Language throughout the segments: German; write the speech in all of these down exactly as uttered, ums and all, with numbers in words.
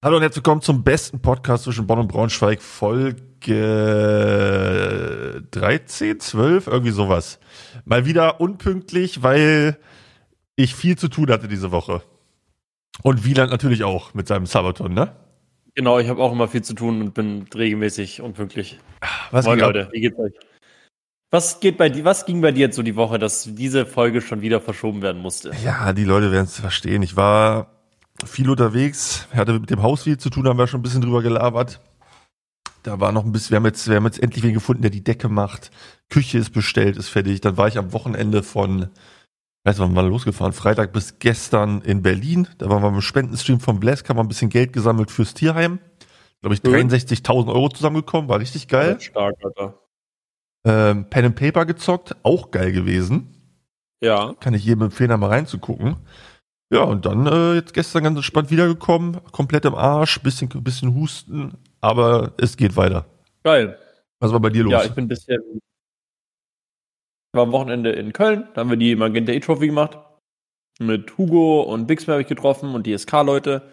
Hallo und herzlich willkommen zum besten Podcast zwischen Bonn und Braunschweig, Folge dreizehn, zwölf, irgendwie sowas. Mal wieder unpünktlich, weil ich viel zu tun hatte diese Woche. Und Wieland natürlich auch mit seinem Sabaton, ne? Genau, ich habe auch immer viel zu tun und bin regelmäßig unpünktlich. Was Moin ging ab? Leute, wie geht's euch? Was geht bei dir, was ging bei dir jetzt so die Woche, dass diese Folge schon wieder verschoben werden musste? Ja, die Leute werden es verstehen. Ich war viel unterwegs, hatte mit dem Haus viel zu tun, haben wir schon ein bisschen drüber gelabert. Da war noch ein bisschen, wir haben jetzt, wir haben jetzt endlich wen gefunden, der die Decke macht. Küche ist bestellt, ist fertig. Dann war ich am Wochenende von, weiß nicht, wann wir losgefahren, Freitag bis gestern in Berlin. Da waren wir im Spendenstream vom Bless, haben wir ein bisschen Geld gesammelt fürs Tierheim. Glaube ich, dreiundsechzigtausend Euro zusammengekommen, war richtig geil. Stark, Alter. Ähm, Pen and Paper gezockt, auch geil gewesen. Ja. Kann ich jedem empfehlen, da mal reinzugucken. Ja, und dann äh, jetzt gestern ganz entspannt wiedergekommen, komplett im Arsch, bisschen, bisschen Husten, aber es geht weiter. Geil. Was war bei dir los? Ja, ich bin ein bisschen. Ich war am Wochenende in Köln, da haben wir die Magenta E-Trophy gemacht. Mit Hugo und Bixby habe ich getroffen und die S K-Leute.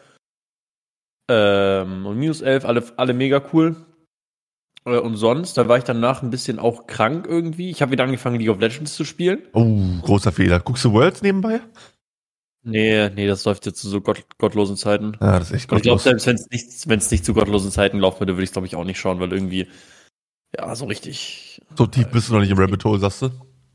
Ähm, und Minus elf, alle, alle mega cool. Äh, Und sonst, da war ich danach ein bisschen auch krank irgendwie. Ich habe wieder angefangen, League of Legends zu spielen. Oh, großer Fehler. Guckst du Worlds nebenbei? Nee, nee, das läuft jetzt zu so gott, gottlosen Zeiten. Ja, das ist echt Und ich glaube, gottlos. selbst wenn es nicht, wenn es nicht zu gottlosen Zeiten laufen würde, würde ich es, glaube ich, auch nicht schauen, weil irgendwie, ja, so richtig. So tief bist du noch nicht im Rabbit Hole, sagst du?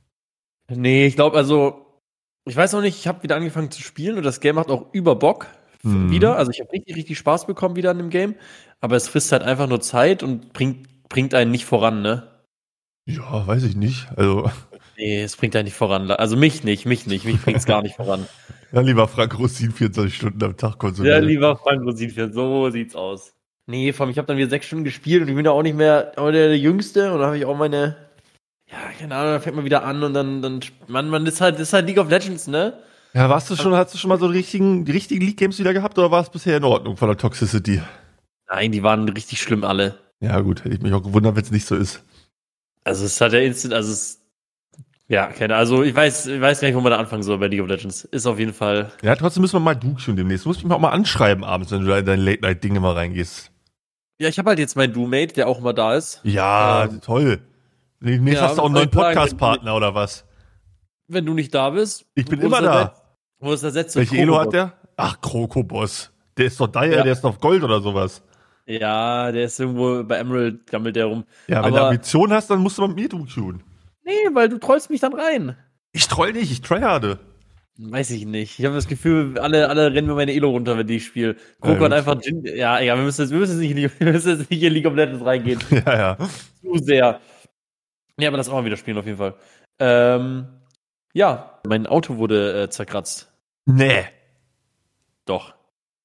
Nee, ich glaube, also, ich weiß noch nicht, ich habe wieder angefangen zu spielen und das Game macht auch über Bock Mhm. wieder. Also ich habe richtig, richtig Spaß bekommen wieder an dem Game. Aber es frisst halt einfach nur Zeit und bringt, bringt einen nicht voran, ne? Ja, weiß ich nicht. Also, Nee, es bringt einen nicht voran. Also mich nicht, mich nicht, mich bringt es gar nicht voran. ja, lieber Frank Rosin vierundzwanzig Stunden am Tag Ja, konsumieren. lieber Frank Rosin, so sieht's aus. Nee, vor allem, ich habe dann wieder sechs Stunden gespielt und ich bin ja auch nicht mehr auch der, der Jüngste und dann habe ich auch meine, ja, keine Ahnung, dann fängt man wieder an und dann, dann, man, man ist halt, ist halt League of Legends, ne? Ja, warst du schon, hast du schon mal so die richtigen, die richtigen League Games wieder gehabt oder war es bisher in Ordnung von der Toxicity? Nein, die waren richtig schlimm alle. Ja, gut, hätte ich mich auch gewundert, wenn es nicht so ist. Also es hat ja instant, also es, ja, keine, also ich weiß, ich weiß gar nicht, wo man da anfangen soll bei League of Legends. Ist auf jeden Fall. Ja, trotzdem müssen wir mal duschen demnächst. Du musst mich auch mal anschreiben abends, wenn du da in deine Late-Night-Dinge mal reingehst. Ja, ich habe halt jetzt meinen Do-Mate, der auch immer da ist. Ja, Ähm, toll. Demnächst ja, hast du auch einen soll neuen ich sagen, Podcast-Partner oder was? Wenn du nicht da bist. Ich bin wo immer ist da. ersetzt- Wo ist ersetzt? Welche durch Elo Kroko? hat der? Ach, Krokoboss. Der ist doch Dire, Ja. der ist doch Gold oder sowas. Ja, der ist irgendwo bei Emerald, gammelt der rum. Ja, wenn du Aber- Ambition hast, dann musst du mit mir tun. Nee, weil du trollst mich dann rein. Ich troll nicht, ich tryharde. Weiß ich nicht. Ich habe das Gefühl, alle, alle rennen mir meine Elo runter, wenn ich spiele. Kroko Ja, hat einfach Jin, ja, ja, wir müssen jetzt, wir müssen jetzt nicht, in die- wir müssen jetzt nicht in League of Legends reingehen. Ja, ja. Zu sehr. Ja, aber das auch mal wieder spielen auf jeden Fall. Ähm, ja, mein Auto wurde äh, zerkratzt. Nee. Doch.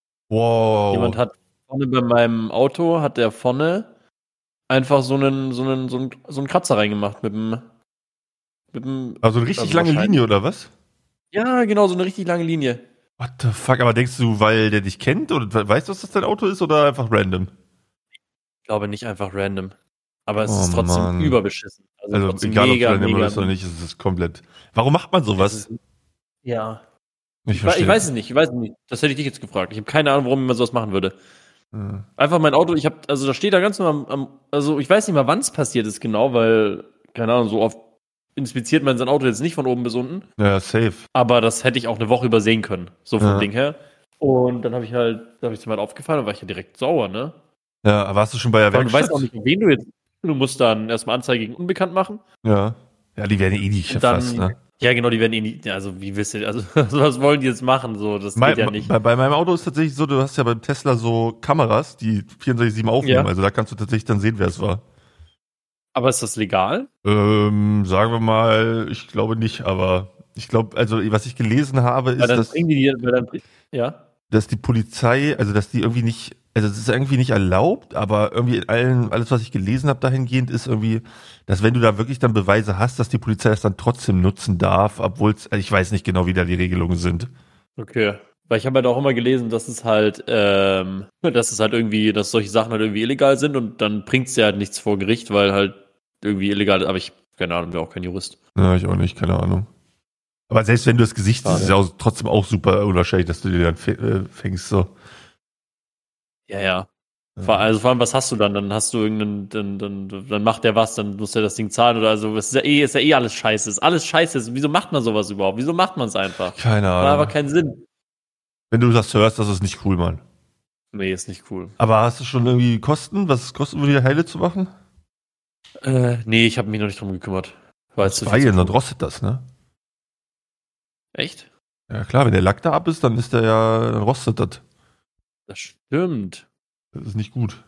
Wow. Jemand hat vorne bei meinem Auto, hat der vorne einfach so einen, so einen, so einen, so einen Kratzer reingemacht mit dem, mit dem. Also eine richtig also lange wahrscheinlich- Linie, oder was? Ja, genau, so eine richtig lange Linie. What the fuck? Aber denkst du, weil der dich kennt oder weißt du, dass das dein Auto ist oder einfach random? Ich glaube nicht einfach random. Aber es Oh, ist trotzdem Mann. überbeschissen. Also, Also trotzdem egal, mega, ob du random mega, ist oder nicht, es ist komplett. Warum macht man sowas? Es ist- Ja. Ich Ich, we- ich verstehe. weiß es nicht, ich weiß es nicht. Das hätte ich dich jetzt gefragt. Ich habe keine Ahnung, warum man sowas machen würde. Ja. Einfach mein Auto, ich habe, also da steht da ganz normal am, am, also ich weiß nicht mal, wann es passiert ist genau, weil, keine Ahnung, so oft inspiziert man sein Auto jetzt nicht von oben bis unten. Ja, safe. Aber das hätte ich auch eine Woche übersehen können, so vom Ja. Ding her. Und dann habe ich halt, da habe ich es mir halt aufgefallen und war ich ja direkt sauer, ne? Ja, aber warst du schon bei der Vor allem, du Werkstatt? weißt auch nicht, wen du jetzt, du musst dann erstmal Anzeige gegen Unbekannt machen. Ja. Ja, die werden eh nicht Und dann, gefasst, ne? ja genau, die werden eh nicht, also wie willst du, also was wollen die jetzt machen, so, das Mein, geht ja nicht. bei, bei meinem Auto ist tatsächlich so, du hast ja beim Tesla so Kameras, die vierundzwanzig sieben aufnehmen, Ja. also da kannst du tatsächlich dann sehen, wer es war. Aber ist das legal? Ähm, sagen wir mal, ich glaube nicht, aber ich glaube, also was ich gelesen habe, ist, Weil dann dass, bringen die die, weil dann, bring- ja. dass die Polizei, also dass die irgendwie nicht, also es ist irgendwie nicht erlaubt, aber irgendwie in allen, alles, was ich gelesen habe dahingehend, ist irgendwie, dass wenn du da wirklich dann Beweise hast, dass die Polizei es dann trotzdem nutzen darf, obwohl es, ich weiß nicht genau, wie da die Regelungen sind. Okay. Weil ich habe halt auch immer gelesen, dass es halt, ähm, dass es halt irgendwie, dass solche Sachen halt irgendwie illegal sind und dann bringt es ja halt nichts vor Gericht, weil halt irgendwie illegal ist. Aber ich, keine Ahnung, bin auch kein Jurist. Ja, ich auch nicht, keine Ahnung. Aber selbst wenn du das Gesicht siehst, ist es ja auch, trotzdem auch super unwahrscheinlich, dass du dir dann f- äh, fängst so. Ja, ja. Vor, also vor allem, was hast du dann? Dann hast du irgendeinen, dann, dann, dann macht der was, dann muss der das Ding zahlen oder so. Es ist ja eh, ist ja eh alles scheiße. Ist alles scheiße. Wieso macht man sowas überhaupt? Wieso macht man es einfach? Keine Macht Ahnung. aber keinen Sinn. Wenn du das hörst, das ist nicht cool, Mann. Nee, ist nicht cool. Aber hast du schon irgendwie Kosten? Was kostet würde die Heile zu machen? Äh, nee, ich habe mich noch nicht drum gekümmert. Weil zu Weil, dann rostet das, ne? Echt? Ja klar, wenn der Lack da ab ist, dann ist der ja, dann rostet das. Das stimmt. Das ist nicht gut.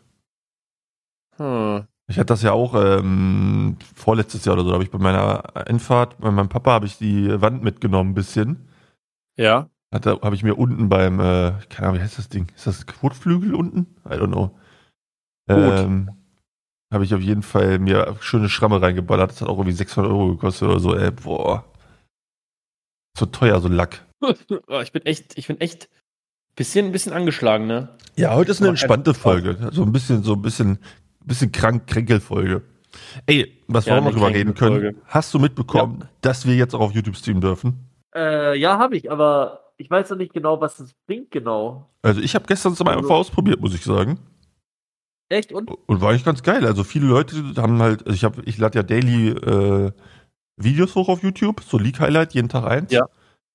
Hm. Ich hatte das ja auch ähm, vorletztes Jahr oder so, da habe ich bei meiner Endfahrt, bei meinem Papa habe ich die Wand mitgenommen ein bisschen. Ja. Hatte, habe ich mir unten beim, äh, keine Ahnung, wie heißt das Ding? Ist das Kotflügel unten? I don't know. Ähm, habe ich auf jeden Fall mir schöne Schramme reingeballert. Das hat auch irgendwie sechshundert Euro gekostet oder so, ey, boah. So teuer, so Lack. Ich bin echt, ich bin echt bisschen, ein bisschen angeschlagen, ne? Ja, heute ist eine Aber entspannte Folge. So ein bisschen, so ein bisschen, bisschen krank, Kränkelfolge. Ey, was wir Ja, auch noch eine drüber reden können. Kränkelfolge. Hast du mitbekommen, dass wir jetzt auch auf YouTube streamen dürfen? Äh, ja, habe ich, aber ich weiß noch nicht genau, was das bringt genau. Also ich habe gestern es mal einfach ausprobiert, muss ich sagen. Echt? Und? Und war eigentlich ganz geil. Also viele Leute haben halt, also ich habe, ich lade ja daily äh, Videos hoch auf YouTube, so League Highlight, jeden Tag eins. Ja.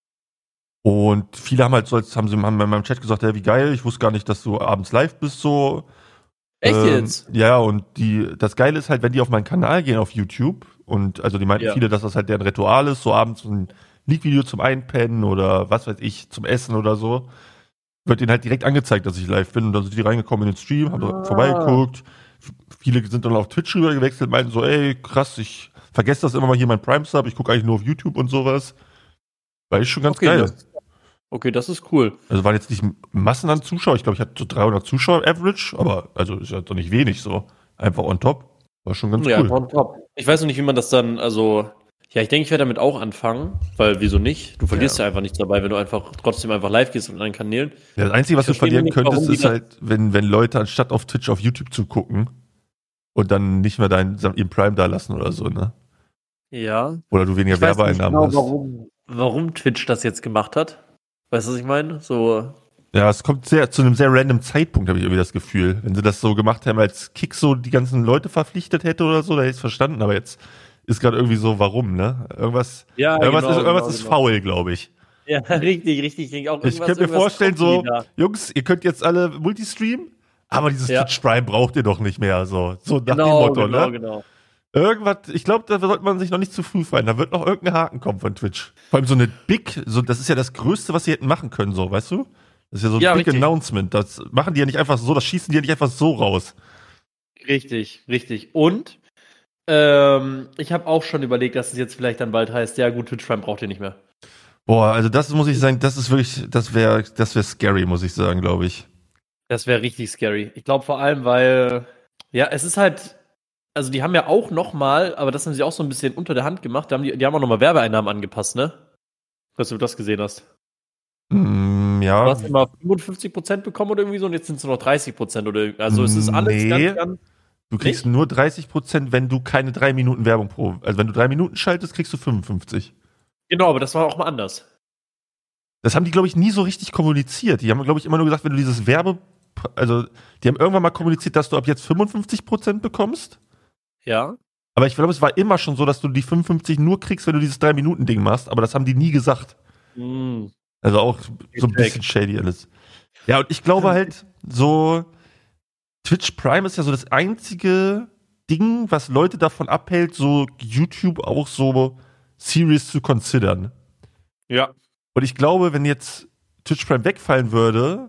Und viele haben halt so, jetzt haben sie haben in meinem Chat gesagt, ja, wie geil, ich wusste gar nicht, dass du abends live bist, so. Echt Ähm, jetzt? Ja, und die, das Geile ist halt, wenn die auf meinen Kanal gehen auf YouTube, und also die meinten Ja. viele, dass das halt deren Ritual ist, so abends ein League-Video zum Einpennen oder was weiß ich, zum Essen oder so, wird denen halt direkt angezeigt, dass ich live bin, und dann sind die reingekommen in den Stream, haben Ah. vorbeigeguckt. F- Viele sind dann auf Twitch rüber gewechselt, meinten so, ey, krass, ich vergesse das immer mal hier, mein Prime-Sub, ich gucke eigentlich nur auf YouTube und sowas. War ich schon ganz Okay, geil. das, okay, das ist cool. Also waren jetzt nicht Massen an Zuschauer. Ich glaube, ich hatte so dreihundert Zuschauer Average, aber also ist ja doch nicht wenig so. Einfach on top. War schon ganz Ja, cool. on top. Ich weiß noch nicht, wie man das dann, also, ja, ich denke, ich werde damit auch anfangen, weil wieso nicht? Du verlierst ja, Ja. einfach nichts dabei, wenn du einfach trotzdem einfach live gehst auf anderen Kanälen. Ja, das Einzige, was Ich du verstehe verlieren nicht, könntest, warum die ist das- halt, wenn, wenn Leute anstatt auf Twitch auf YouTube zu gucken und dann nicht mehr dein, ihren Prime da lassen oder so, ne? Ja. Oder du weniger Ich weiß nicht Werbeeinnahmen genau, hast. warum, warum Twitch das jetzt gemacht hat. Weißt du, was ich meine? So, Ja, es kommt sehr zu einem sehr random Zeitpunkt, habe ich irgendwie das Gefühl. Wenn sie das so gemacht haben, als Kick so die ganzen Leute verpflichtet hätte oder so, da hätte ich es verstanden. Aber jetzt ist gerade irgendwie so, warum, ne? Irgendwas, ja, irgendwas, genau, ist, irgendwas genau, ist genau. faul, glaube ich. Ja, richtig, richtig. richtig. Auch Ich irgendwas- könnte mir irgendwas vorstellen, kommt so, wieder. Jungs, ihr könnt jetzt alle Multistreamen, aber dieses Ja. Twitch Prime braucht ihr doch nicht mehr. So, so nach Genau, dem Motto, genau, ne? genau. Irgendwas, ich glaube, da sollte man sich noch nicht zu früh fallen. Da wird noch irgendein Haken kommen von Twitch. Vor allem so eine Big, so, das ist ja das Größte, was sie hätten machen können, so, weißt du? Das ist ja so ein Ja, Big richtig. Announcement. Das machen die ja nicht einfach so, das schießen die ja nicht einfach so raus. Richtig, richtig. Und ähm, ich habe auch schon überlegt, dass es jetzt vielleicht dann bald heißt, ja gut, Twitch Prime braucht ihr nicht mehr. Boah, also das muss ich sagen, das ist wirklich, das wäre, das wäre scary, muss ich sagen, glaube ich. Das wäre richtig scary. Ich glaube vor allem, weil, ja, es ist halt, also die haben ja auch nochmal, aber das haben sie auch so ein bisschen unter der Hand gemacht, da haben die, die haben auch nochmal Werbeeinnahmen angepasst, ne? Dass du das gesehen hast. Mm, Du ja. hast immer fünfundfünfzig Prozent bekommen oder irgendwie so und jetzt sind es nur noch dreißig Prozent oder irgendwie. Also es ist alles Nee. ganz, ganz. Du kriegst Nicht? nur dreißig Prozent, wenn du keine drei Minuten Werbung pro, also wenn du drei Minuten schaltest, kriegst du fünfundfünfzig. Genau, aber das war auch mal anders. Das haben die, glaube ich, nie so richtig kommuniziert. Die haben, glaube ich, immer nur gesagt, wenn du dieses Werbe, also die haben irgendwann mal kommuniziert, dass du ab jetzt fünfundfünfzig Prozent bekommst. Ja. Aber ich glaube, es war immer schon so, dass du die fünfundfünfzig nur kriegst, wenn du dieses drei Minuten Ding machst. Aber das haben die nie gesagt. Hm. Also auch so ein bisschen shady alles. Ja, und ich glaube halt, so Twitch Prime ist ja so das einzige Ding, was Leute davon abhält, so YouTube auch so serious zu considern. Ja. Und ich glaube, wenn jetzt Twitch Prime wegfallen würde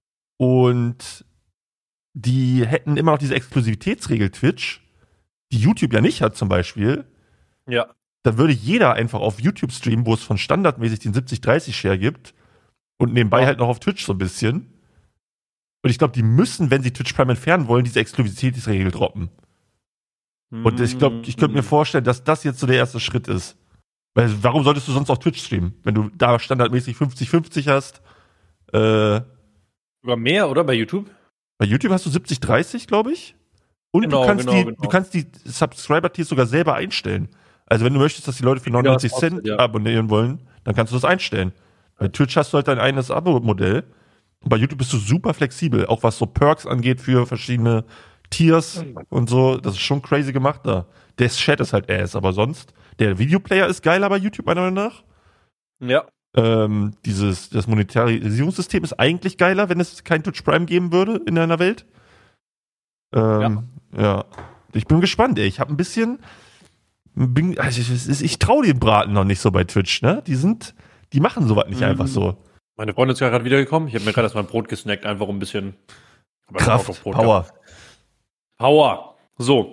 und die hätten immer noch diese Exklusivitätsregel Twitch, die YouTube ja nicht hat zum Beispiel, Ja. dann würde jeder einfach auf YouTube streamen, wo es von standardmäßig den siebzig dreißig Share gibt und nebenbei Ja. halt noch auf Twitch so ein bisschen. Und ich glaube, die müssen, wenn sie Twitch Prime entfernen wollen, diese Exklusivitätsregel droppen. Und ich glaube, ich könnte mir vorstellen, dass das jetzt so der erste Schritt ist. Weil warum solltest du sonst auf Twitch streamen, wenn du da standardmäßig fünfzig fünfzig hast? Äh, Sogar mehr, oder? Bei YouTube? bei YouTube hast du siebzig dreißig, glaube ich. Und Genau, du, kannst genau, die, genau. du kannst die Subscriber-Tiers sogar selber einstellen. Also wenn du möchtest, dass die Leute für neunundneunzig kostet, Cent ja. abonnieren wollen, dann kannst du das einstellen. Bei Twitch hast du halt dein eigenes Abo-Modell Und bei YouTube bist du super flexibel, auch was so Perks angeht für verschiedene Tiers und so. Das ist schon crazy gemacht da. Der Chat ist halt ass, aber sonst, der Videoplayer ist geiler bei YouTube, meiner Meinung nach. Ja. Ähm, dieses, das Monetarisierungssystem ist eigentlich geiler, wenn es kein Twitch Prime geben würde in einer Welt. Ähm, ja. ja. Ich bin gespannt, ey. Ich habe ein bisschen, bin, also ich, ich traue den Braten noch nicht so bei Twitch, ne? Die sind, die machen sowas nicht mhm. einfach so. Meine Freundin ist ja gerade wiedergekommen. Ich habe mir gerade erstmal ein Brot gesnackt, einfach um ein bisschen Kraft, Power. Gehabt. Power. So.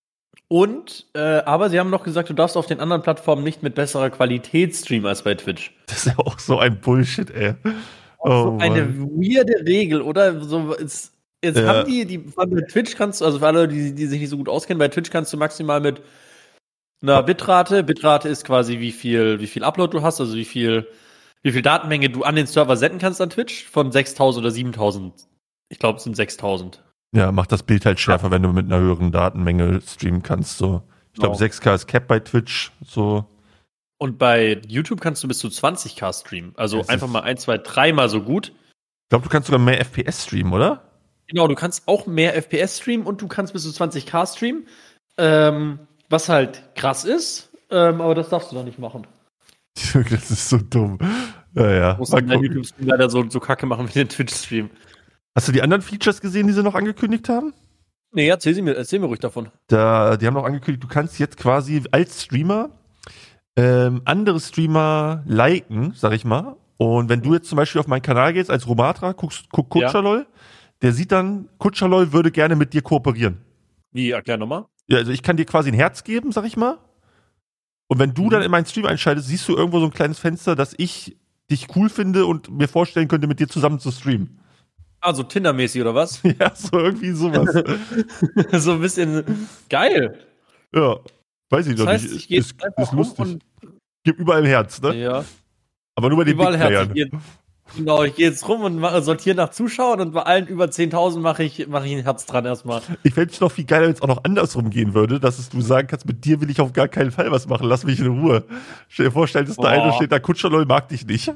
Und, äh, aber sie haben noch gesagt, du darfst auf den anderen Plattformen nicht mit besserer Qualität streamen als bei Twitch. Das ist ja auch so ein Bullshit, ey. Oh, so eine weirde Regel, oder? So, ist, jetzt ja. haben die, die, bei Twitch kannst du, also für alle, die, die sich nicht so gut auskennen, bei Twitch kannst du maximal mit einer Bitrate, Bitrate ist quasi wie viel, wie viel Upload du hast, also wie viel, wie viel Datenmenge du an den Server senden kannst an Twitch, von sechstausend oder siebentausend. Ich glaube, es sind sechstausend. Ja, macht das Bild halt schärfer, ja. wenn du mit einer höheren Datenmenge streamen kannst. So. Ich glaube, oh. sechs K ist Cap bei Twitch. So. Und bei YouTube kannst du bis zu zwanzig K streamen. Also das einfach mal ein, zwei, dreimal so gut. Ich glaube, du kannst sogar mehr F P S streamen, oder? Genau, du kannst auch mehr F P S streamen und du kannst bis zu zwanzig K streamen. Ähm, was halt krass ist, ähm, aber das darfst du doch nicht machen. Das ist so dumm. Naja. Du musst deinen YouTube-Stream leider so, so kacke machen wie den Twitch-Stream. Hast du die anderen Features gesehen, die sie noch angekündigt haben? Nee, erzähl, sie mir, erzähl mir ruhig davon. Da, die haben noch angekündigt, du kannst jetzt quasi als Streamer ähm, andere Streamer liken, sag ich mal. Und wenn du jetzt zum Beispiel auf meinen Kanal gehst, als Romatra, guckst, guck Kutscherlol, ja. der sieht dann, Kutscherlol würde gerne mit dir kooperieren. Wie, erklär nochmal? Ja, also ich kann dir quasi ein Herz geben, sag ich mal. Und wenn du mhm. dann in meinen Stream einschaltest, siehst du irgendwo so ein kleines Fenster, dass ich dich cool finde und mir vorstellen könnte, mit dir zusammen zu streamen. Also Tinder-mäßig oder was? Ja, so irgendwie sowas. So ein bisschen geil. Ja, weiß ich das noch heißt, nicht. Ich gehe ist, ist lustig. Gib überall ein Herz, ne? Ja. Aber nur bei den überall Big Herz. Genau, ich gehe jetzt rum und mache, sortiere nach Zuschauern und bei allen über zehntausend mache ich, mach ich ein Herz dran erstmal. Ich fände es noch viel geiler, wenn es auch noch andersrum gehen würde, dass es, du sagen kannst, mit dir will ich auf gar keinen Fall was machen, lass mich in Ruhe. Stell dir vor, stellst da einer steht da, Kutscherlol mag dich nicht.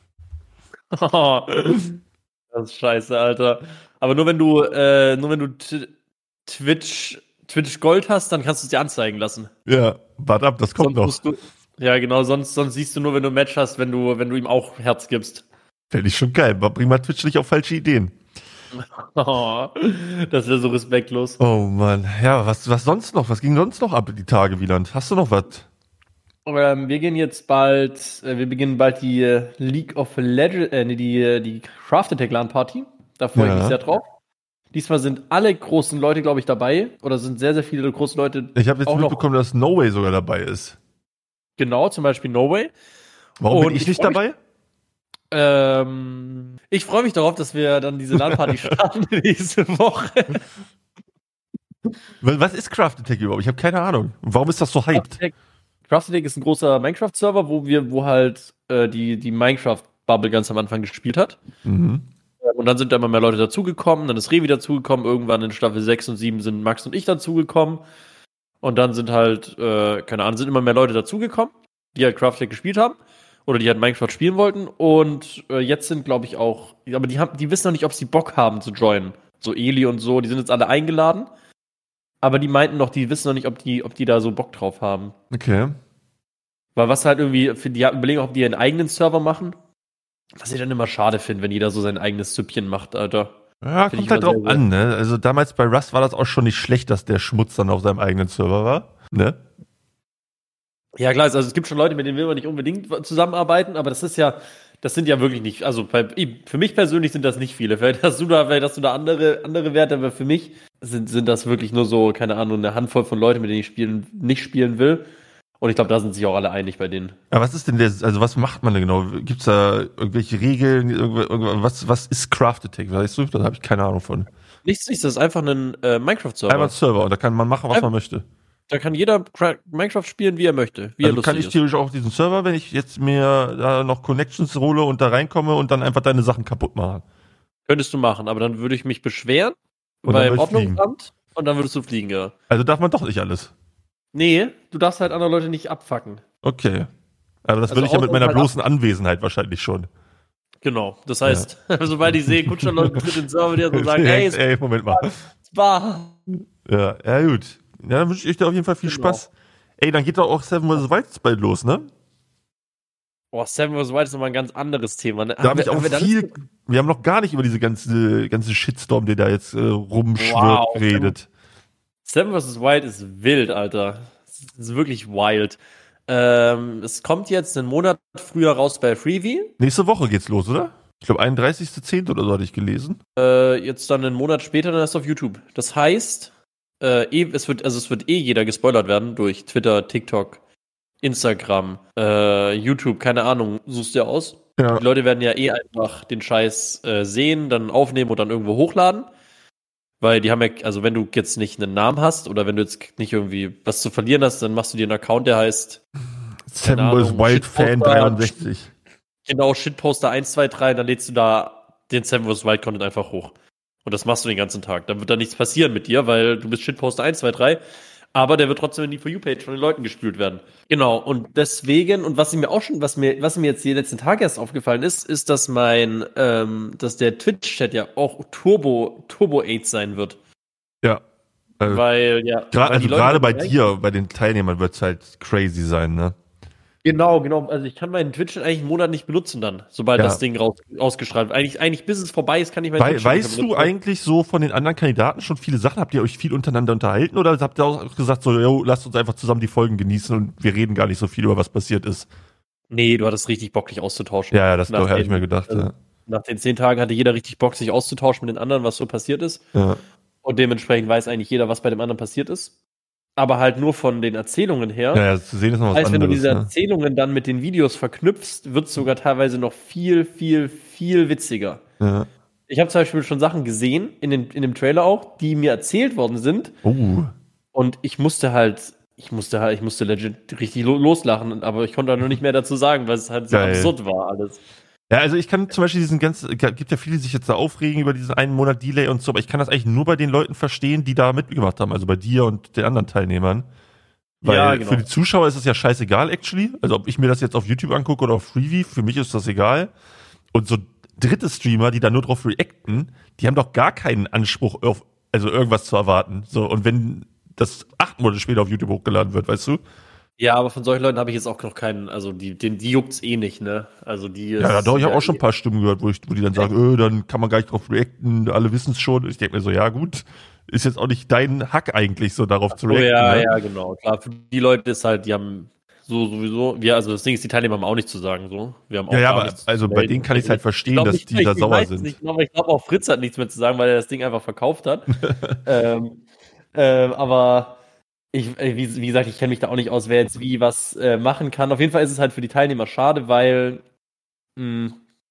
Das ist scheiße, Alter. Aber nur wenn du, äh, nur wenn du t- Twitch, Twitch Gold hast, dann kannst du es dir anzeigen lassen. Ja, warte ab, das kommt sonst noch. Du, ja, genau, sonst, sonst siehst du nur, wenn du ein Match hast, wenn du, wenn du ihm auch Herz gibst. Fände ich schon geil. Bring mal Twitch nicht auf falsche Ideen. Oh, das wäre so respektlos. Oh Mann. Ja, was, was sonst noch? Was ging sonst noch ab die Tage, Wieland? Hast du noch was? Ähm, wir gehen jetzt bald, äh, wir beginnen bald die äh, League of Legends, äh, nee, die, äh, die Craft Attack LAN Party. Da freue ich ja. mich sehr drauf. Diesmal sind alle großen Leute, glaube ich, dabei. Oder sind sehr, sehr viele große Leute. Ich habe jetzt auch mitbekommen, noch, dass No Way sogar dabei ist. Genau, zum Beispiel No Way. Warum Und bin ich, ich nicht dabei? Mich, ähm, ich freue mich darauf, dass wir dann diese LAN-Party starten nächste Woche. Was ist Craft Attack überhaupt? Ich habe keine Ahnung. Warum ist das so hyped? Craft Attack ist ein großer Minecraft-Server, wo wir, wo halt äh, die, die Minecraft-Bubble ganz am Anfang gespielt hat. Mhm. Und dann sind da immer mehr Leute dazugekommen, dann ist Revi dazugekommen, irgendwann in Staffel sechs und sieben sind Max und ich dazugekommen. Und dann sind halt, äh, keine Ahnung, sind immer mehr Leute dazugekommen, die halt Craft Attack gespielt haben. Oder die halt Minecraft spielen wollten. Und äh, jetzt sind, glaube ich, auch, aber die haben, die wissen noch nicht, ob sie Bock haben zu joinen. So Eli und so, die sind jetzt alle eingeladen. Aber die meinten noch, die wissen noch nicht, ob die, ob die da so Bock drauf haben. Okay. Weil was halt irgendwie, für die überlegen, ob die ihren eigenen Server machen. Was ich dann immer schade finde, wenn jeder so sein eigenes Süppchen macht, Alter. Ja, find kommt halt drauf an, ne? Also damals bei Rust war das auch schon nicht schlecht, dass der Schmutz dann auf seinem eigenen Server war, ne? Ja, klar, also es gibt schon Leute, mit denen will man nicht unbedingt zusammenarbeiten, aber das ist ja, das sind ja wirklich nicht, also bei, für mich persönlich sind das nicht viele. Vielleicht hast du da, vielleicht hast du da andere, andere Werte, aber für mich sind, sind das wirklich nur so, keine Ahnung, eine Handvoll von Leuten, mit denen ich spielen, nicht spielen will. Und ich glaube, da sind sich auch alle einig bei denen. Aber was ist denn der, also was macht man denn genau? Gibt's da irgendwelche Regeln, was, was ist Craft Attack? Weißt du? Da habe ich keine Ahnung von. Nichts, nichts, das ist einfach ein äh, Minecraft-Server. Einfach ein Server und da kann man machen, was man möchte. Da kann jeder Minecraft spielen, wie er möchte. Wie also er kann ich theoretisch auch auf diesen Server, wenn ich jetzt mir da noch Connections hole und da reinkomme und dann einfach deine Sachen kaputt machen. Könntest du machen, aber dann würde ich mich beschweren und beim Ordnungsamt und dann würdest du fliegen, ja. Also darf man doch nicht alles. Nee, du darfst halt andere Leute nicht abfacken. Okay. Aber das also würde ich ja mit meiner bloßen Anwesenheit wahrscheinlich schon. Genau. Das heißt, ja. sobald ich sehe, Kutscher läuft mit den Server, die so sagen, ey, ey, Moment mal. War. Ja, ja, gut. Ja, dann wünsche ich dir auf jeden Fall viel genau. Spaß. Ey, dann geht doch auch Seven versus. Wild bald los, ne? Boah, Seven versus. Wild ist nochmal ein ganz anderes Thema. Ne? Da habe ich auch wir viel. Wir haben noch gar nicht über diese ganze, ganze Shitstorm, der da jetzt äh, rumschwirrt, wow. redet. Seven versus. Wild ist wild, Alter. Das ist wirklich wild. Ähm, es kommt jetzt einen Monat früher raus bei Freevee. Nächste Woche geht's los, oder? Ich glaube, einunddreißigster zehnter oder so hatte ich gelesen. Äh, jetzt dann einen Monat später, dann erst auf YouTube. Das heißt, äh, eh, es wird, also es wird eh jeder gespoilert werden durch Twitter, TikTok, Instagram, äh, YouTube, keine Ahnung, suchst du ja aus. Ja. Die Leute werden ja eh einfach den Scheiß äh, sehen, dann aufnehmen und dann irgendwo hochladen. Weil die haben ja, also wenn du jetzt nicht einen Namen hast oder wenn du jetzt nicht irgendwie was zu verlieren hast, dann machst du dir einen Account, der heißt Seven versus. Wild Fan dreiundsechzig. Genau, Shitposter eins, zwei, drei, dann lädst du da den Seven versus. Wild Content einfach hoch. Und das machst du den ganzen Tag. Dann wird da nichts passieren mit dir, weil du bist Shitposter eins, zwei, drei. Aber der wird trotzdem in die For You-Page von den Leuten gespült werden. Genau, und deswegen, und was mir auch schon, was mir, was mir jetzt die letzten Tage erst aufgefallen ist, ist, dass mein, ähm, dass der Twitch-Chat ja auch Turbo, Turbo acht sein wird. Ja. Äh, weil, ja. Gra- also gerade bei dir, bei den Teilnehmern wird es halt crazy sein, ne? Genau, genau. Also ich kann meinen Twitch eigentlich einen Monat nicht benutzen dann, sobald ja. das Ding raus, ausgestrahlt wird. Eigentlich, eigentlich bis es vorbei ist, kann ich meinen We- Twitch Weißt nicht du benutzen. Eigentlich so von den anderen Kandidaten schon viele Sachen? Habt ihr euch viel untereinander unterhalten oder habt ihr auch gesagt so, yo, lasst uns einfach zusammen die Folgen genießen und wir reden gar nicht so viel über was passiert ist? Nee, du hattest richtig Bock, dich auszutauschen. Ja, ja, das habe ich mir gedacht. Also, ja. Nach den zehn Tagen hatte jeder richtig Bock, sich auszutauschen mit den anderen, was so passiert ist. Ja. Und dementsprechend weiß eigentlich jeder, was bei dem anderen passiert ist. Aber halt nur von den Erzählungen her. Ja, ja, zu sehen ist noch was heißt, anderes. Wenn du diese ne? Erzählungen dann mit den Videos verknüpfst, wird es sogar teilweise noch viel, viel, viel witziger. Ja. Ich habe zum Beispiel schon Sachen gesehen, in, den, in dem Trailer auch, die mir erzählt worden sind. Oh. Und ich musste halt, ich musste halt, ich musste legit richtig lo- loslachen, aber ich konnte halt noch nicht mehr dazu sagen, weil es halt so Geil. absurd war alles. Ja, also ich kann zum Beispiel diesen ganzen, gibt ja viele, die sich jetzt da aufregen über diesen einen Monat Delay und so, aber ich kann das eigentlich nur bei den Leuten verstehen, die da mitgemacht haben, also bei dir und den anderen Teilnehmern. Weil Ja, genau. für die Zuschauer ist es ja scheißegal, actually. Also ob ich mir das jetzt auf YouTube angucke oder auf Freevee, für mich ist das egal. Und so dritte Streamer, die da nur drauf reacten, die haben doch gar keinen Anspruch auf, also irgendwas zu erwarten. So, und wenn das acht Monate später auf YouTube hochgeladen wird, weißt du? Ja, aber von solchen Leuten habe ich jetzt auch noch keinen, also die, den, die juckt's eh nicht, ne? Also die ist, Ja, ja, doch, ich habe ja, auch schon ein paar Stimmen gehört, wo, ich, wo die dann sagen, äh, dann kann man gar nicht drauf reacten, alle wissen es schon. Ich denke mir so, ja gut, ist jetzt auch nicht dein Hack eigentlich, so darauf Ach zu so, reacten. ja, ne? ja, genau. Klar, für die Leute ist halt, die haben so sowieso, wir, also das Ding ist, die Teilnehmer haben auch nichts zu sagen, so. Wir haben auch Ja, ja, gar aber nichts zu also bei melden. denen kann ich es halt verstehen, glaub dass nicht, die da ich sauer weiß sind. Nicht, aber ich glaube auch Fritz hat nichts mehr zu sagen, weil er das Ding einfach verkauft hat. ähm, ähm, aber ich, äh, wie, wie gesagt, ich kenne mich da auch nicht aus, wer jetzt wie was äh, machen kann. Auf jeden Fall ist es halt für die Teilnehmer schade, weil mh,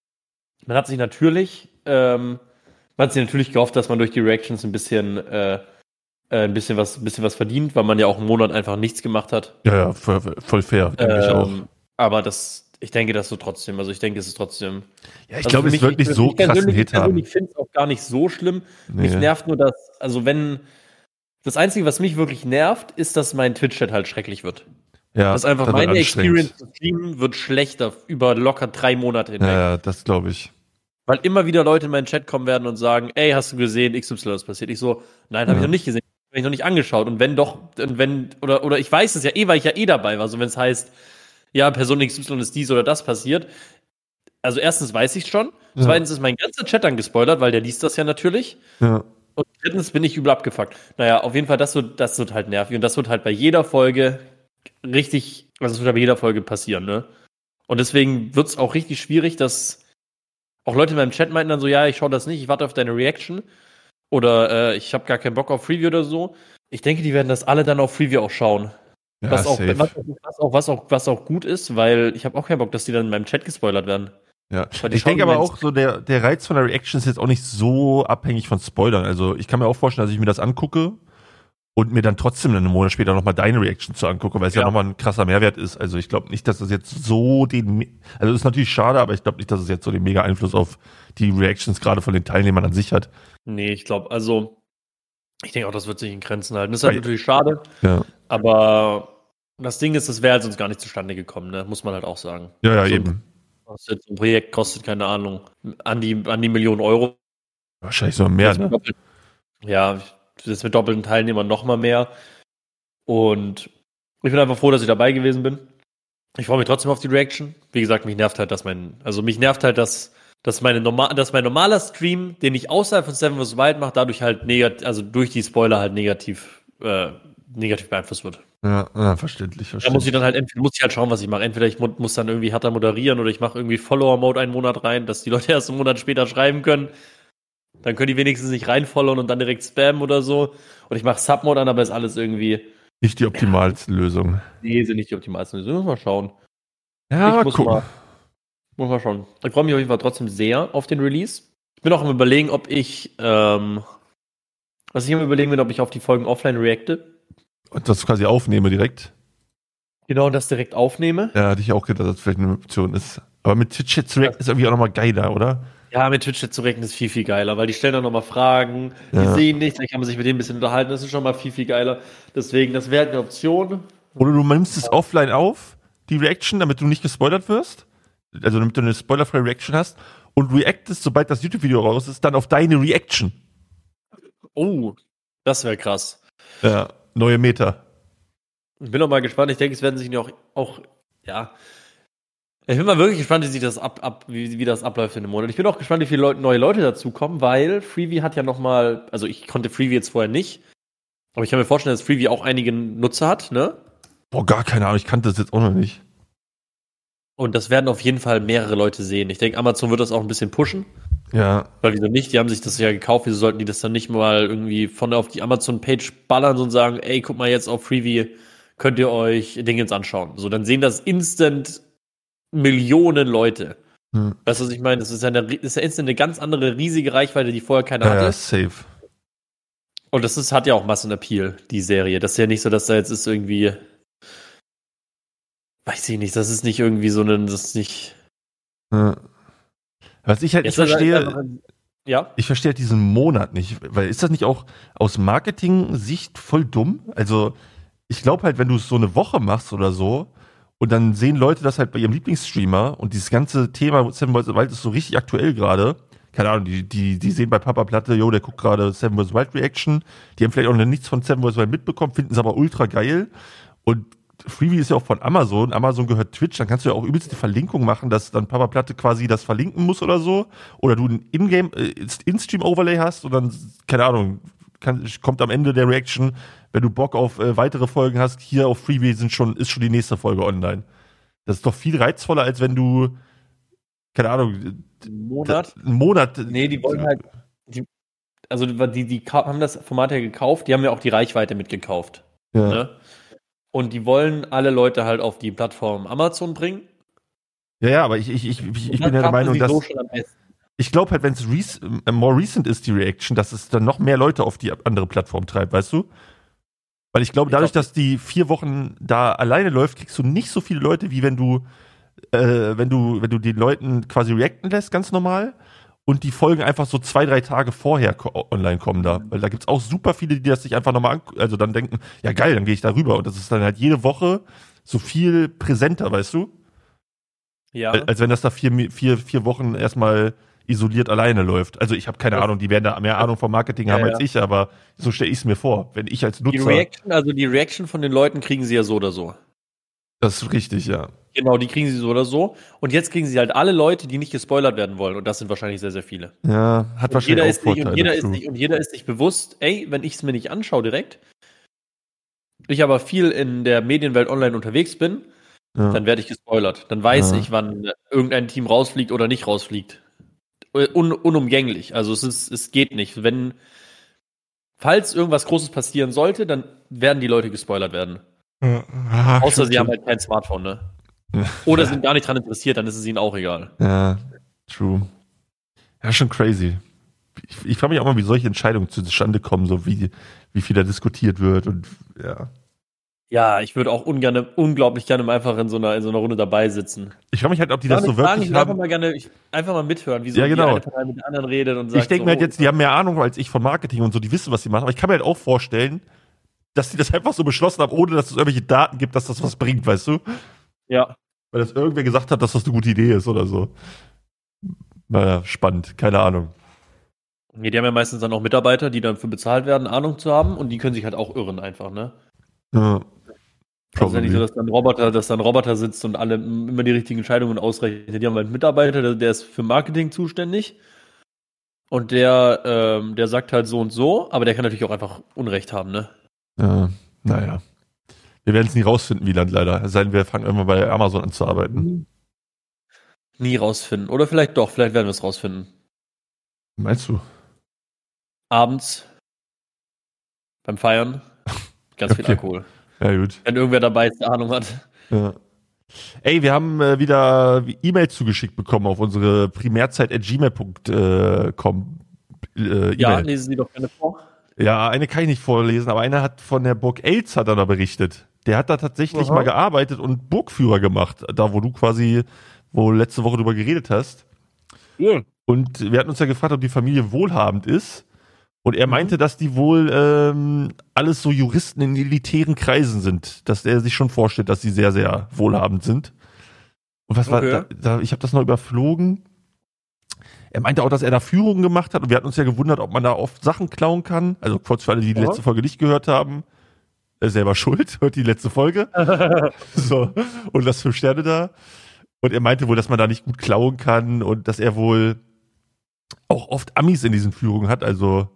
man hat sich natürlich, ähm, man hat sich natürlich gehofft, dass man durch die Reactions ein bisschen, äh, äh, ein bisschen was, ein bisschen was verdient, weil man ja auch einen Monat einfach nichts gemacht hat. Ja, ja, voll, voll fair, denke ich auch. Ähm, aber das, ich denke das so trotzdem. Also ich denke, es ist trotzdem. Ja, ich Also glaube, für es wird nicht so ich krassen persönlich- Hit Ich persönlich haben. finde es auch gar nicht so schlimm. Mich Nee. nervt nur, dass, also wenn, das Einzige, was mich wirklich nervt, ist, dass mein Twitch-Chat halt schrecklich wird. Ja, dass einfach das wird meine anstrengend. Experience zu streamen wird schlechter über locker drei Monate hinweg. Ja, ja, das glaube ich. Weil immer wieder Leute in meinen Chat kommen werden und sagen, ey, hast du gesehen, X Y ist passiert? Ich so, nein, habe Ja. ich noch nicht gesehen, habe ich noch nicht angeschaut. Und wenn doch, und wenn, oder, oder ich weiß es ja eh, weil ich ja eh dabei war. So, wenn es heißt, ja, Person X Y ist dies oder das passiert. Also erstens weiß ich schon. Ja. Zweitens ist mein ganzer Chat dann gespoilert, weil der liest das ja natürlich. Ja. Und drittens bin ich übel abgefuckt. Naja, auf jeden Fall, das wird, das wird halt nervig. Und das wird halt bei jeder Folge richtig, also es wird halt bei jeder Folge passieren, ne? Und deswegen wird es auch richtig schwierig, dass auch Leute in meinem Chat meinten dann so, ja, ich schaue das nicht, ich warte auf deine Reaction. Oder äh, ich habe gar keinen Bock auf Freeview oder so. Ich denke, die werden das alle dann auf Freeview auch schauen. Ja, was, auch, safe. was, was, auch, was, auch, was auch gut ist, weil ich habe auch keinen Bock, dass die dann in meinem Chat gespoilert werden. Ja. Weil die Ich denke schauen aber meinen- auch so, der, der Reiz von der Reaction ist jetzt auch nicht so abhängig von Spoilern. Also ich kann mir auch vorstellen, dass ich mir das angucke und mir dann trotzdem einen Monat später nochmal deine Reaction zu angucke, weil es ja, Ja. nochmal ein krasser Mehrwert ist. Also ich glaube nicht, dass das jetzt so den, also das ist natürlich schade, aber ich glaube nicht, dass es jetzt so den mega Einfluss auf die Reactions gerade von den Teilnehmern an sich hat. Nee, ich glaube, also ich denke auch, das wird sich in Grenzen halten. Das ist halt Weil- natürlich schade, Ja, aber das Ding ist, das wäre halt sonst gar nicht zustande gekommen, ne? Muss man halt auch sagen. ja, ja Also, eben. Kostet, so ein Projekt kostet, keine Ahnung, an die, an die Million Euro. Wahrscheinlich sogar mehr, ne? Ja, das mit doppelten Teilnehmern noch mal mehr. Und ich bin einfach froh, dass ich dabei gewesen bin. Ich freue mich trotzdem auf die Reaction. Wie gesagt, mich nervt halt, dass mein, also mich nervt halt, dass, dass, meine normal, dass mein normaler Stream, den ich außerhalb von Seven versus. Wild mache, dadurch halt negativ, also durch die Spoiler halt negativ, äh, negativ beeinflusst wird. Ja, ja, verständlich, verständlich. Da muss ich dann halt, entweder muss ich halt schauen, was ich mache. Entweder ich mu- muss dann irgendwie härter moderieren oder ich mache irgendwie Follower-Mode einen Monat rein, dass die Leute erst einen Monat später schreiben können. Dann können die wenigstens nicht reinfollowen und dann direkt spammen oder so. Und ich mache Sub-Mode an, aber ist alles irgendwie. Nicht die optimalste ja. Lösung. Nee, sind nicht die optimalsten Lösungen. Muss mal schauen. Ja, ich muss gucken. mal, muss mal schauen. Ich freue mich auf jeden Fall trotzdem sehr auf den Release. Ich bin auch am Überlegen, ob ich, ähm, was ich am Überlegen bin, ob ich auf die Folgen offline reacte. Und das quasi aufnehme direkt? Genau, das direkt aufnehme. Ja, hatte ich auch gedacht, dass das vielleicht eine Option ist. Aber mit Twitch jetzt zu reacten ist irgendwie auch nochmal geiler, oder? Ja, mit Twitch zu rechnen ist viel, viel geiler, weil die stellen dann nochmal Fragen, die Ja. sehen nichts, dann kann man sich mit denen ein bisschen unterhalten, das ist schon mal viel, viel geiler. Deswegen, das wäre halt eine Option. Oder du nimmst es offline auf, die Reaction, damit du nicht gespoilert wirst. Also damit du eine spoilerfreie Reaction hast. Und reactest, sobald das YouTube-Video raus ist, dann auf deine Reaction. Oh, das wäre krass. Ja, neue Meta. Ich bin auch mal gespannt, ich denke, es werden sich auch, auch ja. Ich bin mal wirklich gespannt, wie sich das ab, ab wie, wie das abläuft in dem Monat. Ich bin auch gespannt, wie viele Leute, neue Leute dazukommen, weil Freevee hat ja nochmal, also ich konnte Freevee jetzt vorher nicht, aber ich kann mir vorstellen, dass Freevee auch einige Nutzer hat, ne? Boah, gar keine Ahnung, ich kannte das jetzt auch noch nicht. Und das werden auf jeden Fall mehrere Leute sehen. Ich denke, Amazon wird das auch ein bisschen pushen. Ja. Weil wieso nicht? Die haben sich das ja gekauft, wieso sollten die das dann nicht mal irgendwie von auf die Amazon-Page ballern und sagen, ey, guck mal jetzt auf Freevee, könnt ihr euch Dingens anschauen. So, dann sehen das instant Millionen Leute. Hm. Weißt du, was ich meine? Das ist ja, eine, das ist ja instant eine ganz andere, riesige Reichweite, die vorher keiner Ja, hatte. ja, safe. Und das ist, hat ja auch Massenappeal, die Serie. Das ist ja nicht so, dass da jetzt ist irgendwie, weiß ich nicht, das ist nicht irgendwie so ein, das ist nicht. Ja. Was ich halt nicht Jetzt ist verstehe, einfach ein- ja. ich verstehe halt diesen Monat nicht, weil ist das nicht auch aus Marketing-Sicht voll dumm? Also ich glaube halt, wenn du es so eine Woche machst oder so und dann sehen Leute das halt bei ihrem Lieblingsstreamer und dieses ganze Thema Seven versus. Wild ist so richtig aktuell gerade. Keine Ahnung, die, die, die sehen bei Papa Platte, jo, der guckt gerade Seven versus. Wild Reaction. Die haben vielleicht auch noch nichts von Seven versus. Wild mitbekommen, finden es aber ultra geil. Und Freevee ist ja auch von Amazon. Amazon gehört Twitch. Dann kannst du ja auch übelst die Verlinkung machen, dass dann Papa Platte quasi das verlinken muss oder so. Oder du ein Ingame, äh, In-Stream-Overlay hast und dann, keine Ahnung, kann, kommt am Ende der Reaction, wenn du Bock auf äh, weitere Folgen hast, hier auf Freevee sind schon, ist schon die nächste Folge online. Das ist doch viel reizvoller, als wenn du, keine Ahnung, Einen Monat? einen Monat. Nee, die wollen halt, die, also die, die ka- haben das Format ja gekauft, die haben ja auch die Reichweite mitgekauft. Ja. Ne? Und die wollen alle Leute halt auf die Plattform Amazon bringen. Ja, ja, aber ich, ich, ich, ich, ich bin ja der schaffen Meinung, sie dass. so schon am besten. Ich glaube halt, wenn es rec äh, more recent ist, die Reaction, dass es dann noch mehr Leute auf die andere Plattform treibt, weißt du? Weil ich glaube, Ich dadurch, glaub- dass die vier Wochen da alleine läuft, kriegst du nicht so viele Leute, wie wenn du, äh, wenn du, wenn du den Leuten quasi reacten lässt, ganz normal. Und die Folgen einfach so zwei, drei Tage vorher ko- online kommen da. Weil da gibt's auch super viele, die das sich einfach nochmal an, also dann denken, ja geil, dann gehe ich da rüber. Und das ist dann halt jede Woche so viel präsenter, weißt du? Ja. Als wenn das da vier, vier, vier Wochen erstmal isoliert alleine läuft. Also ich habe keine Ja. Ahnung, die werden da mehr Ahnung vom Marketing Ja, haben ja. als ich, aber so stelle ich es mir vor. Wenn ich als Die Nutzer, Reaction, also die Reaction von den Leuten kriegen sie ja so oder so. das ist richtig, ja. Genau, die kriegen sie so oder so. Und jetzt kriegen sie halt alle Leute, die nicht gespoilert werden wollen. Und das sind wahrscheinlich sehr, sehr viele. Ja, hat Und jeder, wahrscheinlich ist auch sich, Vorteile. und, jeder ist true. sich, und jeder ist sich bewusst, ey, wenn ich es mir nicht anschaue direkt, ich aber viel in der Medienwelt online unterwegs bin, ja. dann werde ich gespoilert. Dann weiß Ja. ich, wann irgendein Team rausfliegt oder nicht rausfliegt. Un unumgänglich. Also es ist, es geht nicht. Wenn, falls irgendwas Großes passieren sollte, dann werden die Leute gespoilert werden. Ah, Außer stimmt sie haben schon. halt kein Smartphone, ne? Ja. Oder sind gar nicht dran interessiert, dann ist es ihnen auch egal. Ja, true. Ja, schon crazy. Ich, ich frage mich auch mal, wie solche Entscheidungen zustande kommen, so wie, wie viel da diskutiert wird und ja. Ja, ich würde auch ungerne, unglaublich gerne einfach in so einer, in so einer Runde dabei sitzen. Ich frage mich halt, ob die das so Gar nicht fragen, wirklich ich will einfach haben. mal gerne, ich, einfach mal mithören, wie so Ja, genau. die eine Partei mit der anderen redet und sagt Ich denke so, mir halt jetzt, die haben mehr Ahnung als ich von Marketing und so, die wissen, was sie machen. Aber ich kann mir halt auch vorstellen, dass die das einfach so beschlossen haben, ohne dass es irgendwelche Daten gibt, dass das was bringt, weißt du? ja. weil das irgendwer gesagt hat, dass das eine gute Idee ist oder so. Naja, spannend, keine Ahnung. Nee, die haben ja meistens dann auch Mitarbeiter, die dann für bezahlt werden, Ahnung zu haben und die können sich halt auch irren einfach, ne? Ja. Also ist ja nicht so, dass dann Roboter, dass dann Roboter sitzt und alle immer die richtigen Entscheidungen ausrechnet. Die haben halt einen Mitarbeiter, der, der ist für Marketing zuständig und der, ähm, der sagt halt so und so, aber der kann natürlich auch einfach Unrecht haben, ne? Ja, naja. Wir werden es nie rausfinden, Wieland, leider. Es sei denn, wir fangen irgendwann bei Amazon an zu arbeiten. Nie rausfinden. Oder vielleicht doch, vielleicht werden wir es rausfinden. Meinst du? Abends beim Feiern ganz Okay. viel Alkohol. Ja, gut. Wenn irgendwer dabei ist, der Ahnung hat. Ja. Ey, wir haben äh, wieder E-Mails zugeschickt bekommen auf unsere primärzeit at gmail punkt com äh, Ja, E-Mail. lesen Sie doch gerne vor. Ja, eine kann ich nicht vorlesen, aber einer hat von der Burg Elz hat er da berichtet. Der hat da tatsächlich Aha. mal gearbeitet und Burgführer gemacht, da wo du quasi, wo du letzte Woche drüber geredet hast. Ja. Und wir hatten uns ja gefragt, ob die Familie wohlhabend ist. Und er Mhm. meinte, dass die wohl ähm, alles so Juristen in elitären Kreisen sind. Dass er sich schon vorstellt, dass sie sehr, sehr wohlhabend sind. Und was war Okay. da, da ich habe das noch überflogen. Er meinte auch, dass er da Führungen gemacht hat. Und wir hatten uns ja gewundert, ob man da oft Sachen klauen kann. Also kurz für alle, die die Ja. letzte Folge nicht gehört haben. Er ist selber schuld, hört die letzte Folge. So. Und lass fünf Sterne da. Und er meinte wohl, dass man da nicht gut klauen kann und dass er wohl auch oft Amis in diesen Führungen hat, also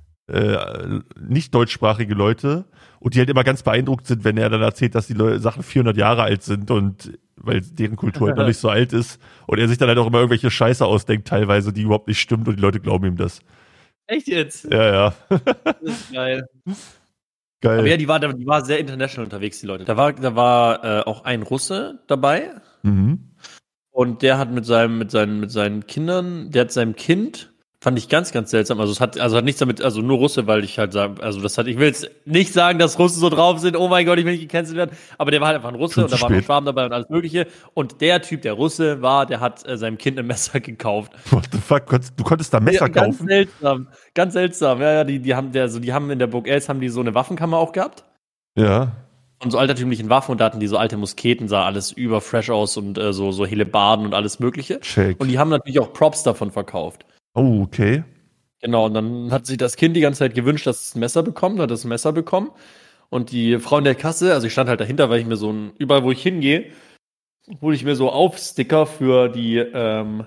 äh, nicht deutschsprachige Leute. Und die halt immer ganz beeindruckt sind, wenn er dann erzählt, dass die Leute, Sachen vierhundert Jahre alt sind und weil deren Kultur halt noch nicht so alt ist. Und er sich dann halt auch immer irgendwelche Scheiße ausdenkt, teilweise, die überhaupt nicht stimmt und die Leute glauben ihm das. Echt jetzt? Ja, ja. Das ist geil. Geil. Aber ja, die war, die war sehr international unterwegs, die Leute. Da war, da war äh, auch ein Russe dabei Mhm. und der hat mit seinem, mit seinen, mit seinen Kindern, der hat seinem Kind, fand ich ganz, ganz seltsam. Also es hat, also hat nichts damit, also nur Russe, weil ich halt sagen, also das hat, ich will jetzt nicht sagen, dass Russen so drauf sind. Oh mein Gott, ich will nicht gecancelt werden. Aber der war halt einfach ein Russe Schon und zu da waren noch spät. Schwaben dabei und alles Mögliche. Und der Typ, der Russe war, der hat äh, seinem Kind ein Messer gekauft. What the fuck? Du konntest da Messer Ja, ganz kaufen? seltsam, ganz seltsam. Ja, ja, die, die haben, der, also die haben in der Burg Els haben die so eine Waffenkammer auch gehabt. Ja. Und so altertümlichen Waffen und da hatten die so alte Musketen, sah alles über fresh aus und äh, so, so Hellebarden und alles Mögliche. Check. Und die haben natürlich auch Props davon verkauft. Oh, okay. Genau, und dann hat sich das Kind die ganze Zeit gewünscht, dass es ein Messer bekommt, hat das Messer bekommen. Und die Frau in der Kasse, also ich stand halt dahinter, weil ich mir so ein, überall wo ich hingehe, hole ich mir so Aufsticker für die, ähm,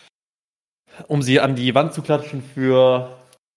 um sie an die Wand zu klatschen für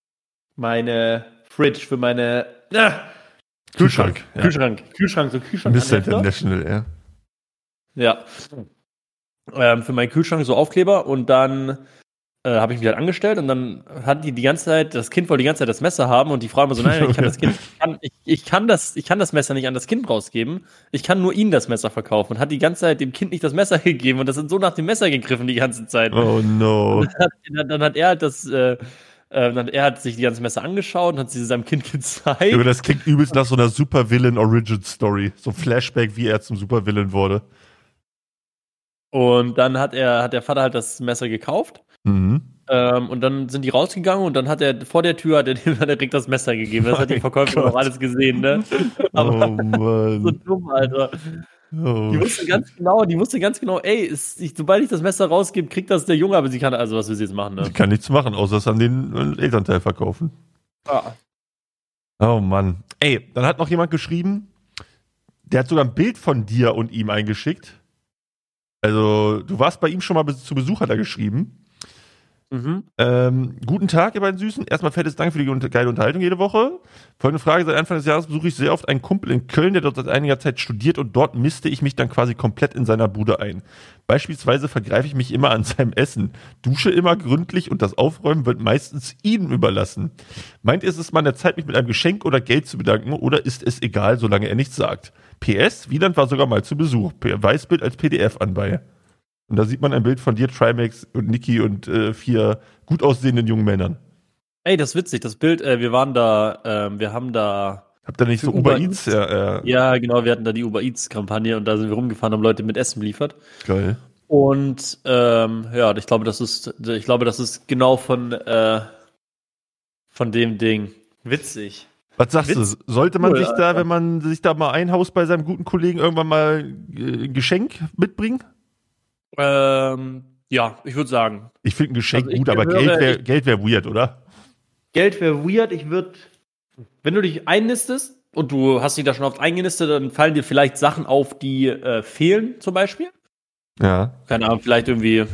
meine Fridge, für meine, ah, Kühlschrank. Ja. Kühlschrank, Kühlschrank, so Kühlschrank. Mister Anhefter. International, ja. Ja. Ähm, für meinen Kühlschrank so Aufkleber und dann äh, habe ich mich halt angestellt und dann hat die die ganze Zeit, das Kind wollte die ganze Zeit das Messer haben und die Frau immer so, nein, ich kann das Kind, ich kann, ich, ich kann das, ich kann das Messer nicht an das Kind rausgeben, ich kann nur ihnen das Messer verkaufen und hat die ganze Zeit dem Kind nicht das Messer gegeben und das sind so nach dem Messer gegriffen die ganze Zeit. Oh no. Dann, dann hat er halt das, äh, äh, dann hat er hat sich die ganze Messer angeschaut und hat sie seinem Kind gezeigt. Junge, das klingt übelst nach so einer Supervillain-Origin-Story. So ein Flashback, wie er zum Supervillain wurde. Und dann hat er, hat der Vater halt das Messer gekauft. Mhm. Ähm, und dann sind die rausgegangen und dann hat er vor der Tür hat er dem direkt das Messer gegeben. Das hat die Mein Verkäuferin Gott. auch alles gesehen, ne? Aber Oh Mann. so dumm, Alter. Oh, Die wusste ganz genau, die wusste ganz genau, ey, ist, ich, sobald ich das Messer rausgebe, kriegt das der Junge, aber sie kann, also was will sie jetzt machen, ne? die kann nichts machen, außer es an den äh, Elternteil verkaufen. Ah. Oh Mann. Ey, dann hat noch jemand geschrieben, der hat sogar ein Bild von dir und ihm eingeschickt. Also, du warst bei ihm schon mal be- zu Besuch, hat er geschrieben. Mhm. Ähm, guten Tag, ihr beiden Süßen. Erstmal fettes Dank für die unter- geile Unterhaltung jede Woche. Folgende Frage: Seit Anfang des Jahres besuche ich sehr oft einen Kumpel in Köln, der dort seit einiger Zeit studiert und dort misste ich mich dann quasi komplett in seiner Bude ein. Beispielsweise vergreife ich mich immer an seinem Essen, dusche immer gründlich und das Aufräumen wird meistens ihm überlassen. Meint ihr, es ist mal an der Zeit, mich mit einem Geschenk oder Geld zu bedanken oder ist es egal, solange er nichts sagt? P S, Wieland war sogar mal zu Besuch. P- Weißbild als P D F anbei. Und da sieht man ein Bild von dir, Trimax und Niki und äh, vier gut aussehenden jungen Männern. Ey, das ist witzig, das Bild, äh, wir waren da, ähm, wir haben da, Habt ihr nicht Für so Uber Uber Eats? Eats? Ja, ja, ja genau, wir hatten da die Uber Eats Kampagne und da sind wir rumgefahren, haben Leute mit Essen beliefert. geil. Und ähm, ja, ich glaube, das ist, ich glaube, das ist genau von, äh, von dem Ding. Witzig. Was sagst Witz? du? Sollte man Cool, sich da, wenn man sich da mal ein Haus bei seinem guten Kollegen irgendwann mal äh, ein Geschenk mitbringen? Ähm, ja, ich würde sagen. Ich finde ein Geschenk Also ich gut, aber gehöre- Geld wäre ich- Geld wär weird, oder? Geld wäre weird. Ich würde, Wenn du dich einnistest und du hast dich da schon oft eingenistet, dann fallen dir vielleicht Sachen auf, die äh, fehlen, zum Beispiel. Ja. Keine Ahnung, vielleicht irgendwie,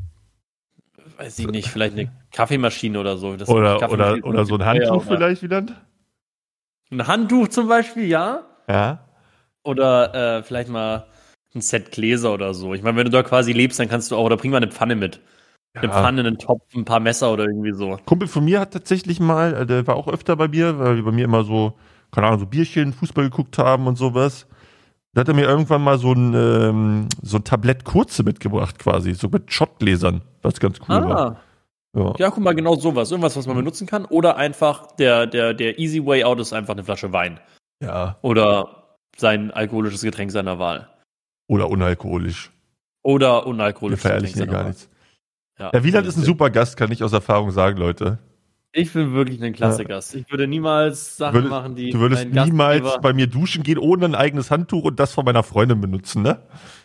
weiß ich nicht, vielleicht eine Kaffeemaschine oder so. Das Oder, Kaffeemaschine oder, oder so ein teuer, Handtuch oder vielleicht wieder? Ein Handtuch zum Beispiel, ja. Ja. Oder äh, vielleicht mal ein Set Gläser oder so. Ich meine, wenn du da quasi lebst, dann kannst du auch, oder bring mal eine Pfanne mit. Eine Ja. Pfanne, einen Topf, ein paar Messer oder irgendwie so. Kumpel von mir hat tatsächlich mal, äh, der war auch öfter bei mir, weil wir bei mir immer so, keine Ahnung, so Bierchen, Fußball geguckt haben und sowas. Da hat er mir irgendwann mal so ein, ähm, so ein Tablett Kurze mitgebracht quasi, so mit Schottgläsern, was ganz cool war. Ah, Ja. ja, guck mal, genau sowas. Irgendwas, was man benutzen kann. Oder einfach, der, der, der easy way out ist einfach eine Flasche Wein. ja. Oder sein alkoholisches Getränk seiner Wahl. Oder unalkoholisch. Oder Wir unalkoholisches verherrlichen Getränk hier seiner gar Wahl. nichts. Ja. Der Wieland ist ein super Gast, kann ich aus Erfahrung sagen, Leute. Ich bin wirklich ein klasse Gast. Ich würde niemals Sachen Würdest- machen, die Du würdest mein niemals Gastgeber- bei mir duschen gehen ohne ein eigenes Handtuch und das von meiner Freundin benutzen, ne?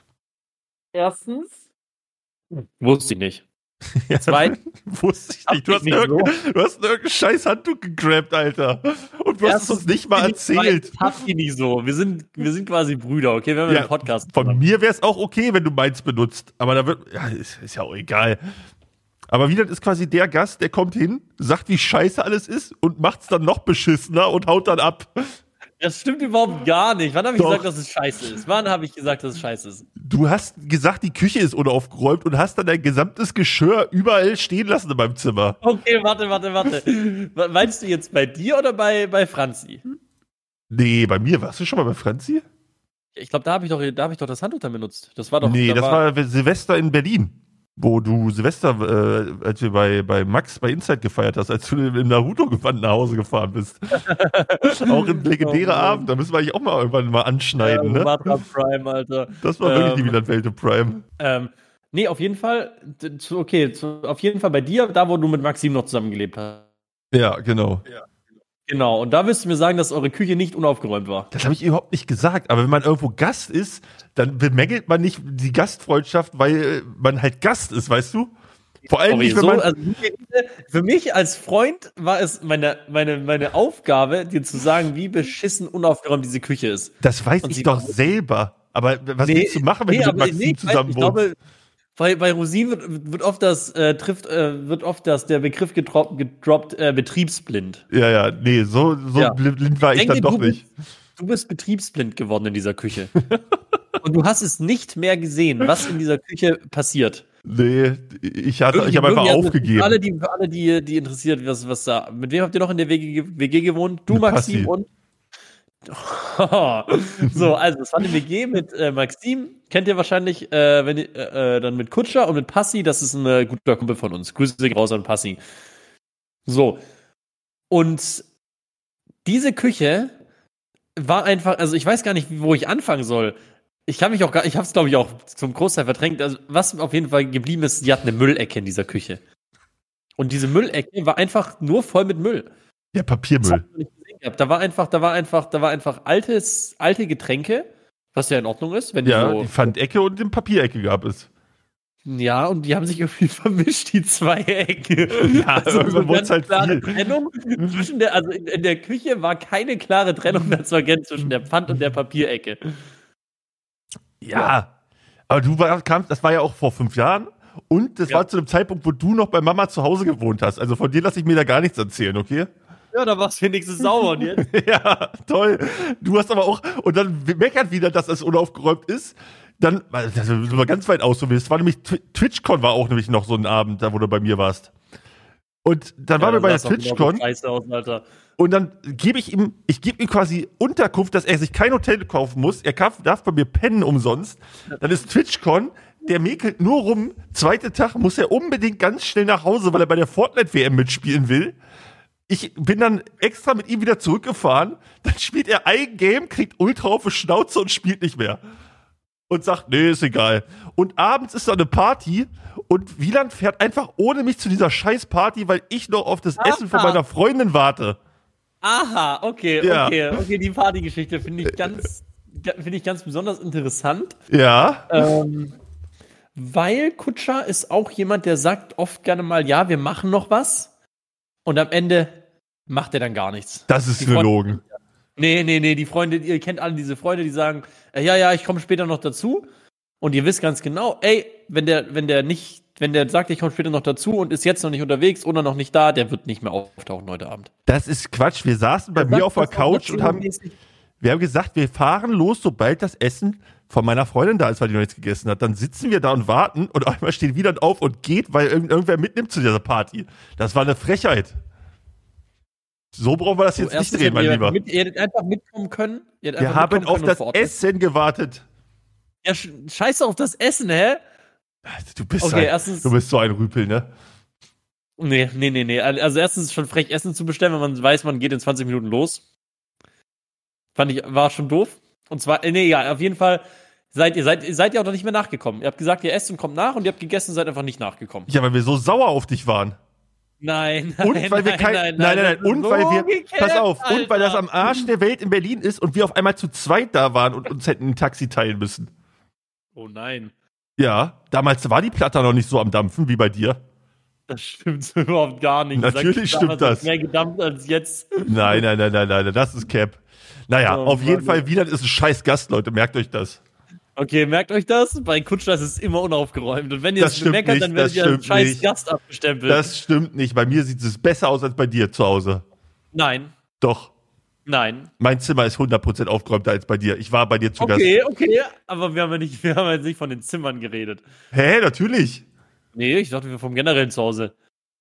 erstens, Wusste ich nicht. Ja, Zweit- wusste ich nicht. Du Hab hast, ich nicht irgendein, du hast irgendein scheiß Handtuch gegrabt, Alter. Und du hast es uns nicht mal erzählt. Hab ich nicht so. Wir sind, wir sind quasi Brüder, okay? Wir haben Ja, einen Podcast. Von zusammen. mir wäre es auch okay, wenn du meins benutzt. Aber da wird. Ja, ist, ist ja auch egal. Aber Wieland ist quasi der Gast, der kommt hin, sagt, wie scheiße alles ist und macht's dann noch beschissener und haut dann ab. Das stimmt überhaupt gar nicht. Wann habe ich Doch. gesagt, dass es scheiße ist? Wann habe ich gesagt, dass es scheiße ist? Du hast gesagt, die Küche ist unaufgeräumt und hast dann dein gesamtes Geschirr überall stehen lassen in meinem Zimmer. Okay, warte, warte, warte. We- Meinst du jetzt bei dir oder bei, bei Franzi? Nee, bei mir warst du schon mal bei Franzi? Ich glaube, da habe ich, doch- da hab ich doch das Handtuch dann benutzt. Das war doch. Nee, da das war Silvester in Berlin. Wo du Silvester, äh, als wir bei, bei Max bei Inside gefeiert hast, als du im Naruto-Gewand nach Hause gefahren bist. Auch ein legendärer Oh Mann. Abend, da müssen wir eigentlich auch mal irgendwann mal anschneiden, ja, ne? Sumatra Prime, Alter. Das war wirklich Ähm, die Wieland-Welt im Prime. Ähm, nee, auf jeden Fall, d- zu- okay, zu, auf jeden Fall bei dir, da wo du mit Maxim noch zusammengelebt hast. Ja, genau. Genau, und da wirst du mir sagen, dass eure Küche nicht unaufgeräumt war. Das habe ich überhaupt nicht gesagt. Aber wenn man irgendwo Gast ist, dann bemängelt man nicht die Gastfreundschaft, weil man halt Gast ist, weißt du? Vor allem Sorry, nicht, wenn so, man. also, für mich als Freund war es meine, meine, meine Aufgabe, dir zu sagen, wie beschissen unaufgeräumt diese Küche ist. Das weiß und ich sie doch war- selber. Aber was Nee, willst du machen, wenn nee, du mit aber- Maxim nee, ich weiß, zusammen ich wohnst? glaube, bei, bei Rosin wird, wird oft das äh, trifft, äh, wird oft das der Begriff gedroppt, gedroppt äh, betriebsblind. Ja, ja, nee, so, so Ja. blind war ich Denke, dann doch du nicht. Bist, du bist betriebsblind geworden in dieser Küche. Und du hast es nicht mehr gesehen, was in dieser Küche passiert. Nee, ich, hatte, ich Irgendwie- habe einfach irgendwie- also aufgegeben. Für alle, die, für alle die, die interessiert, was, was da. Mit wem habt ihr noch in der W G, W G gewohnt? Du, Mit Maxim Passi. und. So, also es war eine W G mit äh, Maxim, kennt ihr wahrscheinlich, äh, wenn ihr, äh, äh, dann mit Kutscher und mit Passi, das ist ein äh, guter Kumpel von uns. Grüße gehen raus an Passi. So. Und diese Küche war einfach, also ich weiß gar nicht, wo ich anfangen soll. Ich kann mich auch gar, ich habe es glaube ich auch zum Großteil verdrängt. Also was auf jeden Fall geblieben ist, die hat eine Müllecke in dieser Küche. Und diese Müllecke war einfach nur voll mit Müll. Ja, Das Papiermüll. hab ich nicht gesehen gehabt. Da war einfach, da war einfach, da war einfach altes, alte Getränke, was ja in Ordnung ist, wenn die Ja, so. die Pfandecke und die Papierecke gab es. Ja, und die haben sich irgendwie vermischt, die zwei Ecke. Ja, irgendwann wurde es halt klare viel. Trennung zwischen der, also in, in der Küche war keine klare Trennung mehr zu erkennen zwischen der Pfand- und der Papierecke. Ja, aber du war, kamst, das war ja auch vor fünf Jahren und das Ja. war zu einem Zeitpunkt, wo du noch bei Mama zu Hause gewohnt hast. Also von dir lasse ich mir da gar nichts erzählen, okay? Ja, da war es wenigstens sauber und jetzt. Ja, toll. Du hast aber auch, und dann meckert wieder, dass es unaufgeräumt ist. Dann, das war ganz weit aus, so wie es war nämlich, Twi- TwitchCon war auch nämlich noch so ein Abend, da wo du bei mir warst. Und dann waren wir bei der TwitchCon. Scheiße aus, Alter. Und dann gebe ich ihm, ich gebe ihm quasi Unterkunft, dass er sich kein Hotel kaufen muss. Er darf, darf bei mir pennen umsonst. Dann ist TwitchCon, der mäkelt nur rum. Zweiter Tag muss er unbedingt ganz schnell nach Hause, weil er bei der Fortnite-W M mitspielen will. Ich bin dann extra mit ihm wieder zurückgefahren. Dann spielt er ein Game, kriegt ultra auf die Schnauze und spielt nicht mehr. Und sagt, nee, ist egal. Und abends ist da eine Party und Wieland fährt einfach ohne mich zu dieser scheiß Party, weil ich noch auf das Aha. Essen von meiner Freundin warte. Aha, okay, Ja. okay, okay, die Partygeschichte finde ich ganz, finde ich ganz besonders interessant. Ja. Ähm, weil Kutscher ist auch jemand, der sagt oft gerne mal, ja, wir machen noch was. Und am Ende macht er dann gar nichts. Das ist Die Freunde- gelogen. Nee, nee, nee, die Freunde, ihr kennt alle diese Freunde, die sagen, äh, ja, ja, ich komme später noch dazu. Und ihr wisst ganz genau, ey, wenn der, wenn der nicht, wenn der sagt, ich komme später noch dazu und ist jetzt noch nicht unterwegs oder noch nicht da, der wird nicht mehr auftauchen heute Abend. Das ist Quatsch. Wir saßen bei mir auf der Couch und haben, wir haben gesagt, wir fahren los, sobald das Essen von meiner Freundin da ist, weil die noch nichts gegessen hat. Dann sitzen wir da und warten und einmal steht wieder auf und geht, weil irgend, irgendwer mitnimmt zu dieser Party. Das war eine Frechheit. So brauchen wir das jetzt So, nicht drehen, mein ihr Lieber. Mit, ihr hättet einfach mitkommen können. Ihr hättet Wir einfach haben mitkommen auf können das und vor Ort sein. Essen gewartet. Ja, sch- scheiße auf das Essen, hä? Du bist, Okay, ein, erstens- du bist so ein Rüpel, ne? Nee, nee, nee, nee. Also erstens ist es schon frech, Essen zu bestellen, wenn man weiß, man geht in zwanzig Minuten los. Fand ich, war schon doof. Und zwar, äh, nee, ja, auf jeden Fall seid ihr, seid, seid ihr auch noch nicht mehr nachgekommen. Ihr habt gesagt, ihr esst und kommt nach und ihr habt gegessen und seid einfach nicht nachgekommen. Ja, weil wir so sauer auf dich waren. Nein, nein, Und weil wir nein, kein, nein, nein, nein, nein, das ist und so weil wir, gekämpft, pass auf, und weil das Alter. am Arsch der Welt in Berlin ist und wir auf einmal zu zweit da waren und uns hätten ein Taxi teilen müssen. Oh nein, Ja, damals war die Platte noch nicht so am Dampfen wie bei dir. das stimmt so überhaupt gar nicht. Natürlich Sag, stimmt damals hat das. mehr gedampft als jetzt. Nein, nein, nein, nein, nein, das ist Cap. Naja, Oh auf jeden Mann. Fall, Wieland ist ein scheiß Gast, Leute, merkt euch das. Okay, merkt euch das. Bei Kutscher ist es immer unaufgeräumt. Und wenn ihr Das es stimmt bemeckert, nicht, dann werdet das ihr als stimmt scheiß nicht. Gast abgestempelt. Das stimmt nicht. Bei mir sieht es besser aus als bei dir zu Hause. Nein, Doch. nein. Mein Zimmer ist hundert Prozent aufgeräumter als bei dir. Ich war bei dir zu Okay, okay. Aber wir haben ja nicht, wir haben jetzt nicht von den Zimmern geredet. Gast. Hä, natürlich. Nee, ich dachte, wir vom generellen Zuhause.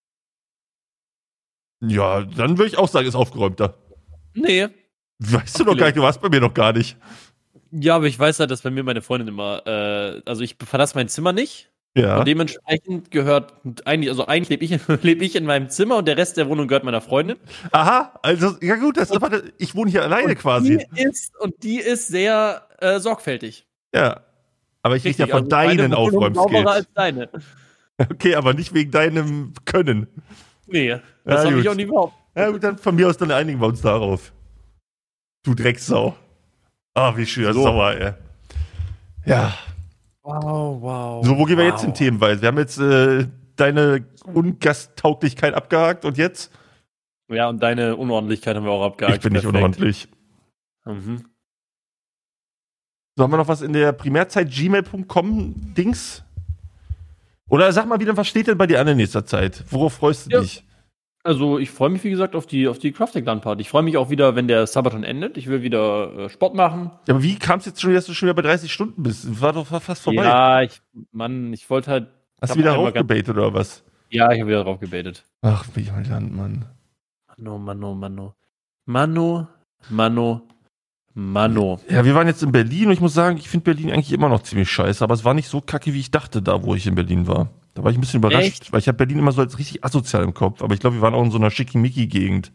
Ja, dann würde ich auch sagen, ist aufgeräumter. Nee. Weißt du noch gar nicht, du warst bei mir noch gar nicht. Ja, aber ich weiß halt, dass bei mir meine Freundin immer, äh, also ich verlasse mein Zimmer nicht. Ja. Und dementsprechend gehört eigentlich, also eigentlich lebe ich, leb ich in meinem Zimmer und der Rest der Wohnung gehört meiner Freundin. Aha, also, ja gut, das, warte, ich wohne hier alleine quasi. Die ist, und die ist sehr äh, sorgfältig. Ja. Aber ich rede ja Richtig, von also meine deinen Wohnung sauberer Aufräumskills. als deine. Okay, aber nicht wegen deinem Können. Nee, Ja, das habe ich gut. auch nie behauptet. Ja gut, dann von mir aus, dann einigen wir uns darauf. Du Drecksau. Ah, wie schön, So. sauer, ey. Ja. Wow, wow. So, wo gehen wir wow. jetzt hin themenweise? Wir haben jetzt äh, deine Ungasttauglichkeit abgehakt und jetzt? Ja, und deine Unordentlichkeit haben wir auch abgehakt. Ich bin nicht Perfekt. unordentlich. Mhm. So, haben wir noch was in der Primärzeit gmail punkt com Dings? Oder sag mal wieder, was steht denn bei dir an in nächster Zeit? Worauf freust du Ja. dich? Also ich freue mich, wie gesagt, auf die, auf die Crafting-Land-Party. Ich freue mich auch wieder, wenn der Sabaton endet. Ich will wieder äh, Sport machen. Ja, aber wie kam es jetzt schon, dass du schon wieder bei dreißig Stunden bist? War doch fast vorbei. Ja, ich, Mann, ich wollte halt. Hast hab du wieder einmal ganz- raufgebetet oder was? Ja, ich habe wieder drauf gebetet. Ach, wie mein Land, Mann. Mano, Mano, Mano. Mano, Mano, Mano. Ja, wir waren jetzt in Berlin und ich muss sagen, ich finde Berlin eigentlich immer noch ziemlich scheiße, aber es war nicht so kacke, wie ich dachte, da wo ich in Berlin war. Da war ich ein bisschen überrascht, Echt? weil ich habe Berlin immer so als richtig asozial im Kopf, aber ich glaube, wir waren auch in so einer Schickimicki-Gegend.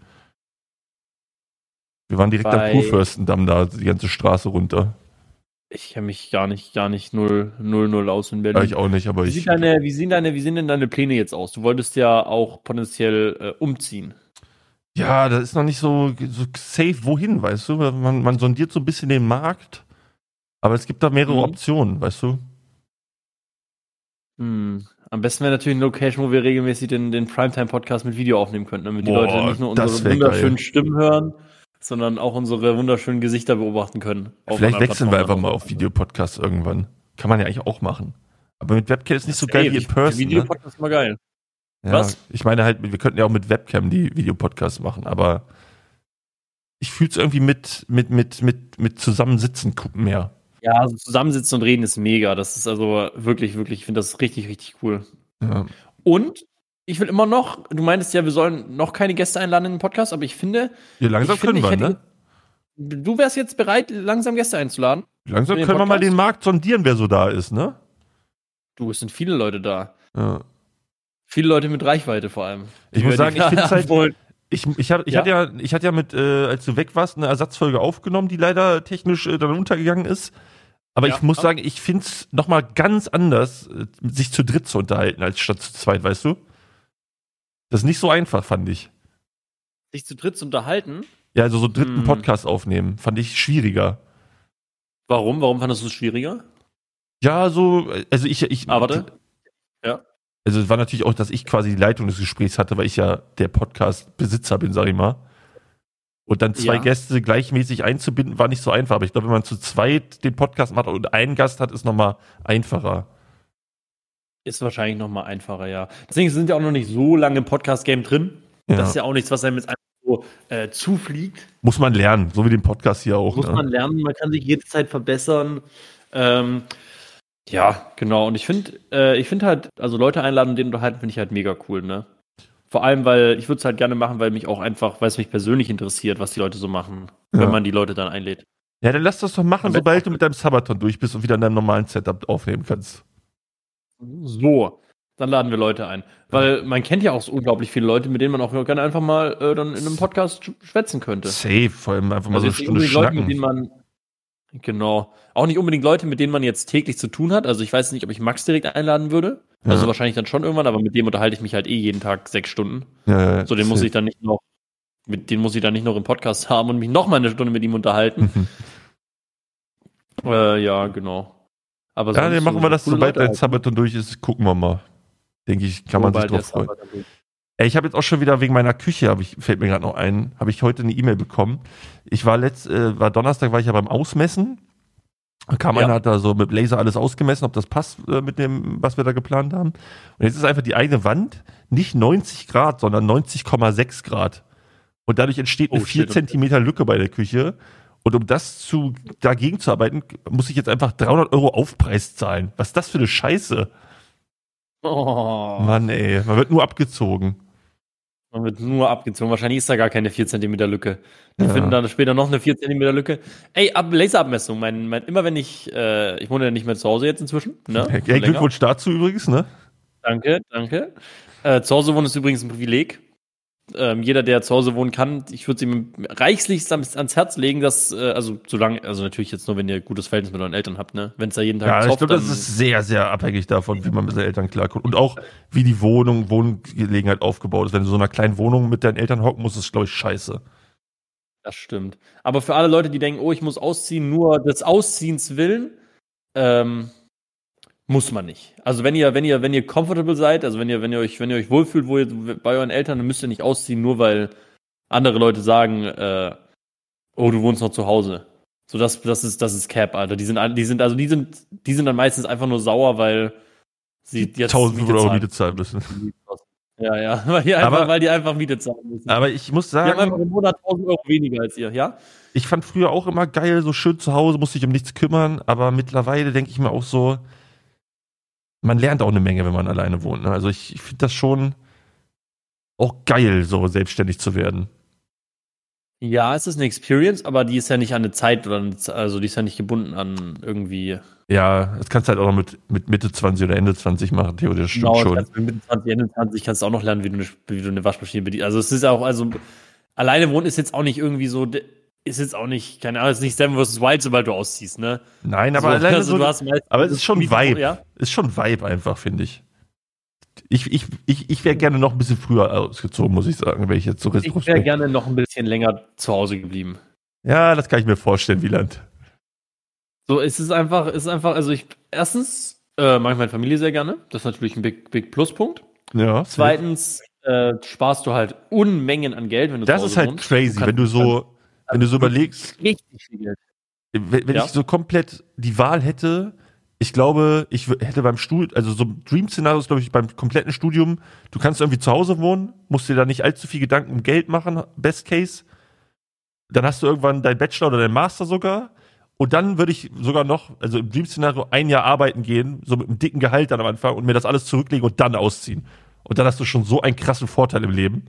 Wir waren direkt Bei- am Kurfürstendamm da, die ganze Straße runter. Ich kenne mich gar nicht, gar nicht null, null, null aus in Ja, Berlin. ich auch nicht, aber Wie, ich. sieht deine, wie, sehen deine, wie sehen denn deine Pläne jetzt aus? Du wolltest ja auch potenziell äh, umziehen. Ja, das ist noch nicht so, so safe, wohin, weißt du? Man, man sondiert so ein bisschen den Markt, aber es gibt da mehrere Mhm. Optionen, weißt du? Hm. Am besten wäre natürlich eine Location, wo wir regelmäßig den, den Primetime-Podcast mit Video aufnehmen könnten, damit die Boah, Leute nicht nur das unsere wär wunderschönen geil. Stimmen hören, sondern auch unsere wunderschönen Gesichter beobachten können. Auf Vielleicht anderen wechseln wir einfach Plattformen. mal auf Videopodcasts irgendwann. Kann man ja eigentlich auch machen. Aber mit Webcam ist nicht so geil Ey, wie in ich- Person. Ne? Videopodcast ist mal geil. Ja, Was? Ich meine halt, wir könnten ja auch mit Webcam die Videopodcasts machen, aber ich fühle es irgendwie mit, mit, mit, mit, mit Zusammensitzen gucken mehr. Ja, also zusammensitzen und reden ist mega. Das ist also wirklich, wirklich, ich finde das richtig, richtig cool. Ja. Und ich will immer noch, du meintest ja, wir sollen noch keine Gäste einladen in den Podcast, aber ich finde, Ja, langsam ich finde, können wir, ich hätte- ne? du wärst jetzt bereit, langsam Gäste einzuladen. Langsam für den können wir mal Podcast? den Markt sondieren, wer so da ist, ne? Du, es sind viele Leute da. Ja. Viele Leute mit Reichweite vor allem. Ich Die muss wir- sagen, die ich finde es halt, abholen. ich, ich, hab, ich, Ja? hatte ja, ich hatte ja mit, äh, als du weg warst, eine Ersatzfolge aufgenommen, die leider technisch äh, dann untergegangen ist. Aber Ja. ich muss sagen, ich finde es nochmal ganz anders, äh, sich zu dritt zu unterhalten, als statt zu zweit, weißt du? Das ist nicht so einfach, fand ich. Sich zu dritt zu unterhalten. Ja, also so einen dritten Hm. Podcast aufnehmen, fand ich schwieriger. Warum? Warum fandest du es schwieriger? Ja, so, also ich, ich, Ah, warte. Ja. also es war natürlich auch, dass ich quasi die Leitung des Gesprächs hatte, weil ich ja der Podcast-Besitzer bin, sag ich mal. Und dann zwei Ja. Gäste gleichmäßig einzubinden, war nicht so einfach. Aber ich glaube, wenn man zu zweit den Podcast macht und einen Gast hat, ist nochmal einfacher. Ist wahrscheinlich nochmal einfacher, ja. Deswegen sind ja auch noch nicht so lange im Podcast-Game drin. Ja. Das ist ja auch nichts, was einem jetzt einfach so äh, zufliegt. Muss man lernen, so wie den Podcast hier auch. Muss Ne? man lernen, man kann sich jederzeit verbessern. Ähm, ja, genau. Und ich finde, äh, ich finde halt, also Leute einladen und denen unterhalten, finde ich halt mega cool, ne? Vor allem, weil ich würde es halt gerne machen, weil mich auch einfach, weil es mich persönlich interessiert, was die Leute so machen, Ja. wenn man die Leute dann einlädt. Ja, dann lass das doch machen, Am sobald du mit deinem Sabaton durch bist und wieder in deinem normalen Setup aufnehmen kannst. So, dann laden wir Leute ein. Weil man kennt ja auch so unglaublich viele Leute, mit denen man auch gerne einfach mal äh, dann in einem Podcast sch- schwätzen könnte. Safe, vor allem einfach mal Also so jetzt eine nicht Stunde unbedingt Leute, mit denen schnacken. man genau. Auch nicht unbedingt Leute, mit denen man jetzt täglich zu tun hat. Also ich weiß nicht, ob ich Max direkt einladen würde. Ja. Also wahrscheinlich dann schon irgendwann, aber mit dem unterhalte ich mich halt eh jeden Tag sechs Stunden. Ja, So, den muss safe. ich dann nicht noch, mit den muss ich dann nicht noch im Podcast haben und mich noch mal eine Stunde mit ihm unterhalten. Mhm. äh, ja, genau. Aber Ja, sonst dann machen so wir das, coole sobald Leute dein halt. Sabaton durch ist, gucken wir mal. Denke ich, kann man sich Sobald der drauf freuen. Sabbat dann- Ey, ich habe jetzt auch schon wieder wegen meiner Küche, hab ich, fällt mir gerade noch ein, habe ich heute eine E-Mail bekommen. Ich war letzt, äh, war Donnerstag, war ich ja beim Ausmessen. Da kam Ja. einer, hat da so mit Laser alles ausgemessen, ob das passt äh, mit dem, was wir da geplant haben. Und jetzt ist einfach die eine Wand nicht neunzig Grad, sondern neunzig Komma sechs Grad. Und dadurch entsteht eine Oh, vier shit, okay. Zentimeter Lücke bei der Küche. Und um das zu, dagegen zu arbeiten, muss ich jetzt einfach dreihundert Euro Aufpreis zahlen. Was ist das für eine Scheiße? Oh, Mann, ey, man wird nur abgezogen. man wird nur abgezogen. Wahrscheinlich ist da gar keine vier Zentimeter Lücke. Die Ja. finden dann später noch eine vier Zentimeter Lücke. Ey, ab Laserabmessung. Mein, mein, immer wenn ich, äh, ich wohne ja nicht mehr zu Hause jetzt inzwischen. Ne? Hey, Schon länger. Glückwunsch dazu übrigens, ne? Danke, danke. Äh, zu Hause wohnen ist übrigens ein Privileg. Ähm, jeder, der zu Hause wohnen kann, ich würde es ihm reichlichst ans, ans Herz legen, dass, äh, also solange, also natürlich jetzt nur, wenn ihr ein gutes Verhältnis mit euren Eltern habt, ne? Wenn es da jeden Tag Ja, ich zopft, glaube, das dann- ist sehr, sehr abhängig davon, wie man mit seinen Eltern klarkommt. Und auch, wie die Wohnung, Wohngelegenheit aufgebaut ist. Wenn du in so einer kleinen Wohnung mit deinen Eltern hocken musst, ist, glaube ich, scheiße. Das stimmt. Aber für alle Leute, die denken, oh, ich muss ausziehen, nur des Ausziehens willen, ähm, muss man nicht. Also wenn ihr, wenn ihr, wenn ihr comfortable seid, also wenn ihr, wenn ihr euch, wenn ihr euch wohlfühlt, wo ihr bei euren Eltern, dann müsst ihr nicht ausziehen, nur weil andere Leute sagen, äh, oh, du wohnst noch zu Hause. So, das, das ist, das ist Cap, Alter. Die sind, die sind, also die sind, die sind dann meistens einfach nur sauer, weil sie jetzt tausendfünfhundert Euro zahlen. Miete zahlen müssen. Ja, ja, weil die einfach, Aber- weil die einfach Miete zahlen müssen. Aber ich muss die haben einfach sagen, im Monat tausend Euro weniger als ihr, ja? ich fand früher auch immer geil, so schön zu Hause, musste ich um nichts kümmern. Aber mittlerweile denke ich mir auch so, man lernt auch eine Menge, wenn man alleine wohnt. Ne? Also ich, ich finde das schon auch geil, so selbstständig zu werden. Ja, es ist eine Experience, aber die ist ja nicht an eine Zeit oder eine, Z- also die ist ja nicht gebunden an irgendwie. Ja, das kannst du halt auch noch mit, mit Mitte zwanzig oder Ende zwanzig machen, theoretisch stimmt Genau, schon. kannst du mit Mitte zwanzig, Ende zwanzig kannst du auch noch lernen, wie du eine, wie du eine Waschmaschine bedienst. Also es ist auch, also alleine wohnen ist jetzt auch nicht irgendwie so, ist jetzt auch nicht, keine Ahnung, ist nicht Seven versus. Wild, sobald du ausziehst, ne? Nein, aber so, alleine also so, du hast meist- aber es ist schon Vibe. Ja? Ist schon Vibe einfach, finde ich. Ich, ich, ich, ich wäre gerne noch ein bisschen früher ausgezogen, muss ich sagen, wenn ich jetzt so Ich wäre retrospekt. gerne noch ein bisschen länger zu Hause geblieben. Ja, das kann ich mir vorstellen, Wieland. So, es ist einfach, es ist einfach, also ich, erstens, äh, mag ich meine Familie sehr gerne. Das ist natürlich ein big, big Pluspunkt. Ja. Zweitens, äh, sparst du halt Unmengen an Geld, wenn du Das zu ist Hause halt wohnst. crazy, kannst- wenn du so, wenn du so überlegst, Richtig viel Geld. wenn, wenn Ja. ich so komplett die Wahl hätte, ich glaube, ich w- hätte beim Studium, also so ein Dream-Szenario ist, glaube ich, beim kompletten Studium, du kannst irgendwie zu Hause wohnen, musst dir da nicht allzu viel Gedanken um Geld machen, Best Case. Dann hast du irgendwann dein Bachelor oder dein Master sogar. Und dann würde ich sogar noch, also im Dream-Szenario, ein Jahr arbeiten gehen, so mit einem dicken Gehalt dann am Anfang und mir das alles zurücklegen und dann ausziehen. Und dann hast du schon so einen krassen Vorteil im Leben.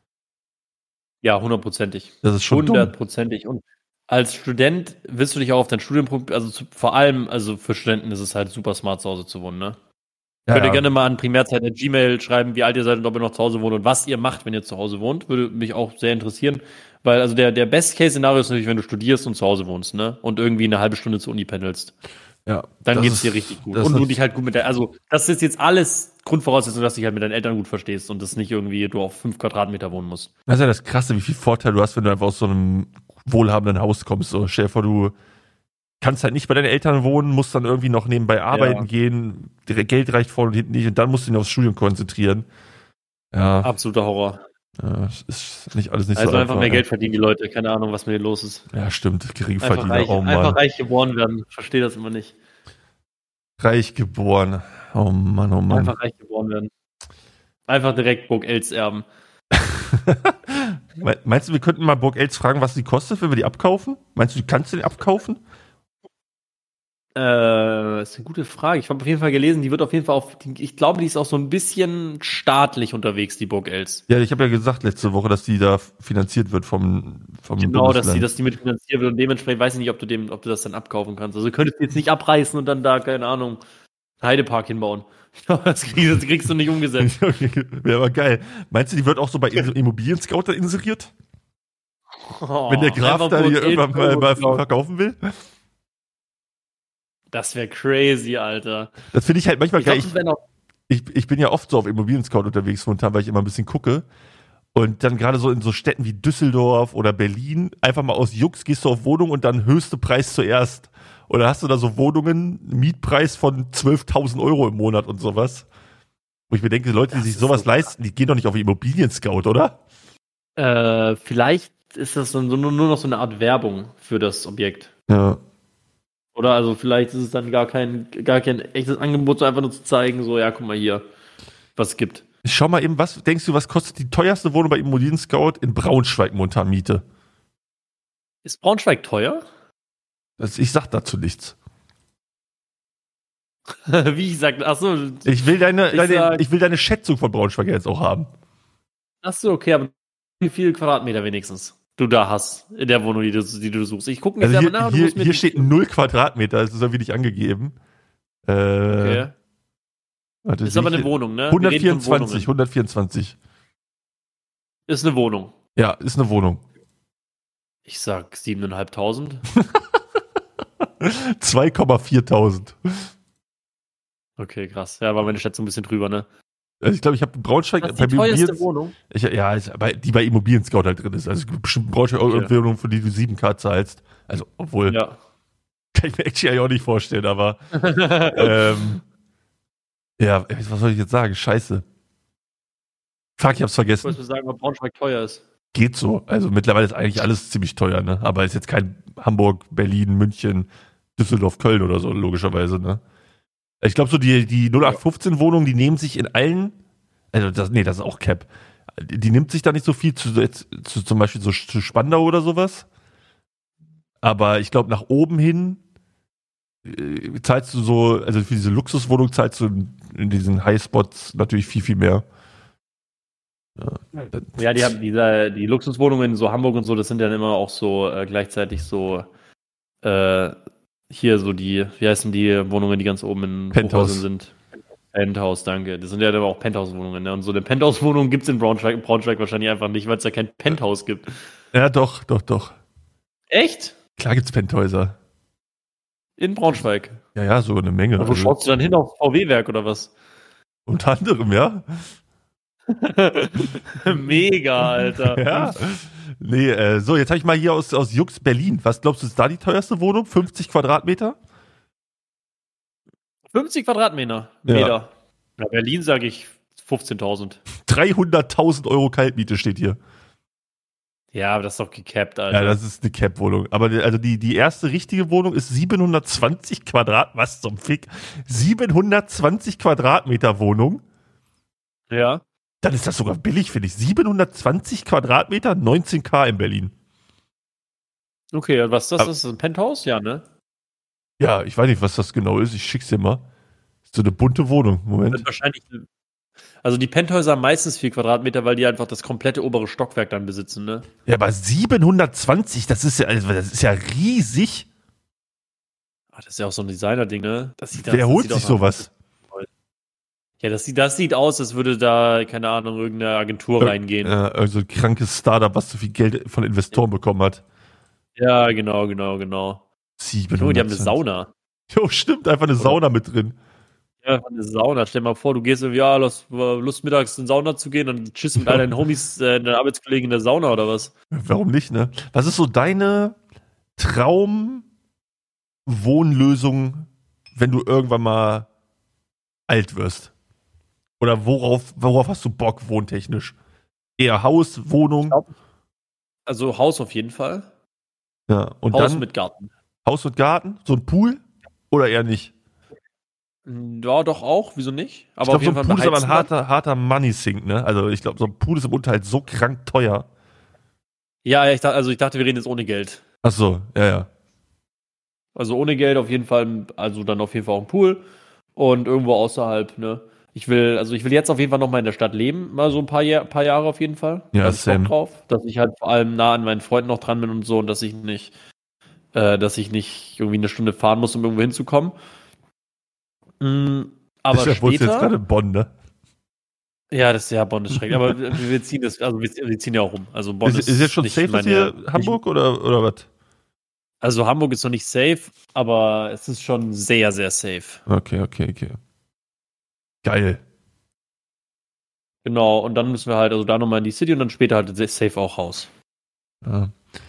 Ja, hundertprozentig. Das ist schon dumm. Hundertprozentig. Und als Student willst du dich auch auf dein Studium, also zu, vor allem, also für Studenten ist es halt super smart, zu Hause zu wohnen, ne? Ja, Könnt ihr ja. gerne mal an Primärzeit at Gmail schreiben, wie alt ihr seid und ob ihr noch zu Hause wohnt und was ihr macht, wenn ihr zu Hause wohnt. Würde mich auch sehr interessieren. Weil, also der, der Best-Case-Szenario ist natürlich, wenn du studierst und zu Hause wohnst, ne? Und irgendwie eine halbe Stunde zur Uni pendelst. Ja, Dann das geht's ist- dir richtig gut. das Und du ist- dich halt gut mit der, also das ist jetzt alles Grundvoraussetzung, dass du dich halt mit deinen Eltern gut verstehst und das nicht irgendwie du auf fünf Quadratmeter wohnen musst. Das ist ja das Krasse, wie viel Vorteil du hast, wenn du einfach aus so einem wohlhabenden Haus kommst. So, stell dir vor, du kannst halt nicht bei deinen Eltern wohnen, musst dann irgendwie noch nebenbei arbeiten Ja. gehen, dir Geld reicht vorne und hinten nicht und dann musst du dich aufs Studium konzentrieren. Ja, Absoluter Horror. ja es ist nicht alles nicht Also so einfach einfach. mehr ja. Geld verdienen die Leute. Keine Ahnung, was mit denen los ist. Ja, stimmt, Einfach Geringverdiener, reich, oh Mann. einfach reich geboren werden. Verstehe das immer nicht. Reich geboren. Oh Mann, oh Mann. Einfach reich geboren werden. Einfach direkt Burg Els erben. Me- Meinst du, wir könnten mal Burg Els fragen, was die kostet, wenn wir die abkaufen? Meinst du, du kannst den abkaufen? Äh, ist eine gute Frage. Ich habe auf jeden Fall gelesen, die wird auf jeden Fall auf, die, ich glaube, die ist auch so ein bisschen staatlich unterwegs, die Burg Els. Ja, ich habe ja gesagt letzte Woche, dass die da finanziert wird vom, vom Genau, dass die, Bundesland. dass die mitfinanziert wird und dementsprechend weiß ich nicht, ob du dem, ob du das dann abkaufen kannst. Also du könntest jetzt nicht abreißen und dann da, keine Ahnung, einen Heidepark hinbauen. Das kriegst, das kriegst du nicht umgesetzt. Wäre aber geil. Meinst du, die wird auch so bei Ins- Immobilien-Scout da inseriert? Wenn der Graf Oh, einfach da Burg die Els irgendwann mal, mal Burg. verkaufen will? Das wäre crazy, Alter. Das finde ich halt manchmal Ich glaube, geil. das wäre noch. Ich, ich bin ja oft so auf Immobilien-Scout unterwegs momentan, weil ich immer ein bisschen gucke. Und dann gerade so in so Städten wie Düsseldorf oder Berlin, einfach mal aus Jux gehst du auf Wohnung und dann höchste Preis zuerst. Oder hast du da so Wohnungen, Mietpreis von zwölftausend Euro im Monat und sowas. Wo ich mir denke, Leute, die Das sich ist sowas so leisten, die gehen doch nicht auf Immobilien-Scout, oder? Äh, vielleicht ist das dann so, nur, nur noch so eine Art Werbung für das Objekt. Ja. Oder also vielleicht ist es dann gar kein, gar kein echtes Angebot, so einfach nur zu zeigen, so, ja, guck mal hier, was es gibt. Schau mal eben, was denkst du, was kostet die teuerste Wohnung bei Immobilien-Scout in Braunschweig momentan Miete? Ist Braunschweig teuer? Das, ich sag dazu nichts. Wie ich sag, achso, Ich will deine, Ich deine sag- ich will deine Schätzung von Braunschweig jetzt auch haben. achso, okay, aber wie viel Quadratmeter wenigstens du da hast in der Wohnung, die du, die du suchst. Ich gucke mir Also selber hier, nach und du hier, musst mir hier die- steht null Quadratmeter, das ist irgendwie nicht angegeben. Äh, Okay. warte, Ist sehe aber ich eine hier? Wohnung, ne? Wir reden von hundertvierundzwanzig, Wohnungen. hundertvierundzwanzig. Ist eine Wohnung. Ja, ist eine Wohnung. Ich sag siebeneinhalbtausend. zwei Komma viertausend. Okay, krass. Ja, war meine Schätzung ein bisschen drüber, ne? Also ich glaube, ich habe Braunschweig Das ist bei die teuerste Immobilien, Wohnung. ich, ja, ist, bei, die bei Immobilien Scout halt drin ist. Also bestimmt Braunschweig auch Okay. eine Wohnung, für die du sieben K zahlst. Also, obwohl, Ja. kann ich mir actually auch nicht vorstellen, aber ähm, ja, was soll ich jetzt sagen? Scheiße. Fuck, ich hab's Ich vergessen. wollte mir sagen, ob Braunschweig teuer ist. Geht so. Also mittlerweile ist eigentlich alles ziemlich teuer, ne? Aber ist jetzt kein Hamburg, Berlin, München, Düsseldorf, Köln oder so, logischerweise, ne? Ich glaube, so die, die null acht fünfzehn Wohnungen, die nehmen sich in allen, also das, nee, das ist auch Cap. Die, die nimmt sich da nicht so viel zu, jetzt, zu zum Beispiel so zu Spandau oder sowas. Aber ich glaube, nach oben hin äh, zahlst du so, also für diese Luxuswohnung zahlst du in, in diesen Highspots natürlich viel, viel mehr. Ja, dann- Ja, die haben diese, die Luxuswohnungen in so Hamburg und so, das sind dann immer auch so äh, gleichzeitig so äh, hier so die, wie heißen die Wohnungen, die ganz oben in Penthouse. Hochhäusern sind? Penthouse, danke. Das sind ja dann auch Penthouse-Wohnungen, ne? Und so eine Penthouse-Wohnung gibt es in Braunschweig, Braunschweig wahrscheinlich einfach nicht, weil es ja kein Penthouse gibt. ja, doch, doch, doch. Echt? Klar gibt's Penthäuser. In Braunschweig. Ja, ja, so eine Menge. Und wo Also, schaust du dann hin? Auf V W-Werk oder was? unter anderem, ja. Mega, Alter. Ja. Nee, äh, so, jetzt habe ich mal hier aus, aus Jux Berlin. Was glaubst du, ist da die teuerste Wohnung? fünfzig Quadratmeter? fünfzig Quadratmeter. Ja. Meter. Ja, Berlin sage ich fünfzehntausend. dreihunderttausend Euro Kaltmiete steht hier. Ja, aber das ist doch gecapped, Alter. Ja, das ist eine Cap-Wohnung. Aber die- also die, die erste richtige Wohnung ist siebenhundertzwanzig Quadrat. Was zum Fick? siebenhundertzwanzig Quadratmeter Wohnung? ja. Dann ist das sogar billig, finde ich. siebenhundertzwanzig Quadratmeter, neunzehn K in Berlin. Okay, und was ist das? Aber- Das ist ein Penthouse? Ja, ne? Ja, ich weiß nicht, was das genau ist. Ich schick's dir mal. Ist so eine bunte Wohnung. Das Moment. ist wahrscheinlich. Also die Penthäuser haben meistens vier Quadratmeter, weil die einfach das komplette obere Stockwerk dann besitzen, ne? Ja, aber siebenhundertzwanzig, das ist ja, also das ist ja riesig. Ach, das ist ja auch so ein Designer-Ding, ne? Das sieht, das, Wer das holt sieht sich auch sowas? Ja, das sieht, das sieht aus, als würde da, keine Ahnung, irgendeine Agentur reingehen. Ja, also ein krankes Startup, was so viel Geld von Investoren bekommen hat. Ja, genau, genau, genau. Junge, die haben eine siebenhundertzwanzig. Sauna. Jo, stimmt, einfach eine Sauna mit drin. Ja, eine Sauna. Stell dir mal vor, du gehst irgendwie, ja, hast Lust mittags in die Sauna zu gehen, dann chillst du mit all deinen Homies, äh, deinen Arbeitskollegen in der Sauna oder was? Warum nicht, ne? Was ist so deine Traumwohnlösung, wenn du irgendwann mal alt wirst? Oder worauf, worauf hast du Bock, wohntechnisch? Eher Haus, Wohnung? Glaub, also Haus auf jeden Fall. Ja, und Haus dann mit Garten. Haus mit Garten? So ein Pool? Oder eher nicht? Ja, doch auch, wieso nicht? Aber Ich glaube, auf so jeden ein Fall Pool ist aber ein beheizen harter, harter Money-Sink, ne? Also ich glaube, so ein Pool ist im Unterhalt so krank teuer. Ja, ich dachte, also ich dachte, wir reden jetzt ohne Geld. Ach so, ja, ja. Also ohne Geld auf jeden Fall, also dann auf jeden Fall auch ein Pool und irgendwo außerhalb, ne? Ich will, also ich will jetzt auf jeden Fall noch mal in der Stadt leben, mal so ein paar, Jahr, paar Jahre auf jeden Fall. Ja, Da hab ich Bock same. drauf, dass ich halt vor allem nah an meinen Freunden noch dran bin und so und dass ich nicht, äh, dass ich nicht irgendwie eine Stunde fahren muss, um irgendwo hinzukommen. Mm, aber Ich wohnst jetzt gerade später, in Bonn, ne? ja, das ist ja Bonn ist schrecklich, aber wir, wir ziehen das, also wir, wir ziehen ja auch rum. Also Bonn Ist, ist, ist jetzt schon nicht safe, dass meine, hier nicht, Hamburg oder, oder was? also Hamburg ist noch nicht safe, aber es ist schon sehr, sehr safe. Okay, okay, okay. Geil. Genau, und dann müssen wir halt, also da nochmal in die City und dann später halt safe auch Haus. Ja,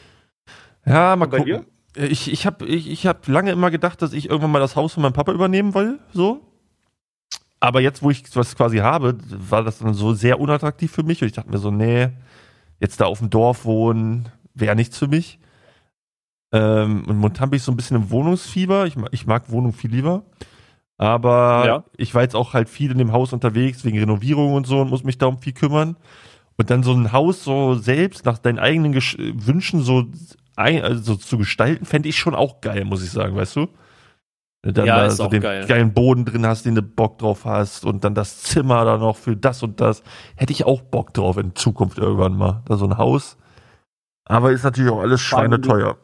ja mal Und bei gucken. Ich, ich habe ich, ich hab lange immer gedacht, dass ich irgendwann mal das Haus von meinem Papa übernehmen will, so. Aber jetzt, wo ich was quasi habe, war das dann so sehr unattraktiv für mich. Und ich dachte mir so, nee, jetzt da auf dem Dorf wohnen, wäre nichts für mich. Ähm, und momentan bin ich so ein bisschen im Wohnungsfieber. Ich, mag- ich mag Wohnung viel lieber. Aber Ja. ich war jetzt auch halt viel in dem Haus unterwegs, wegen Renovierung und so und muss mich da um viel kümmern. Und dann so ein Haus so selbst nach deinen eigenen Gesch Wünschen so, ein, also so zu gestalten, fände ich schon auch geil, muss ich sagen, weißt du? Wenn du dann Ja, da ist so auch den geil. geilen Boden drin hast, den du Bock drauf hast und dann das Zimmer da noch für das und das. Hätte ich auch Bock drauf in Zukunft irgendwann mal. Da so ein Haus. Aber ist natürlich auch alles Vor allem, schweineteuer.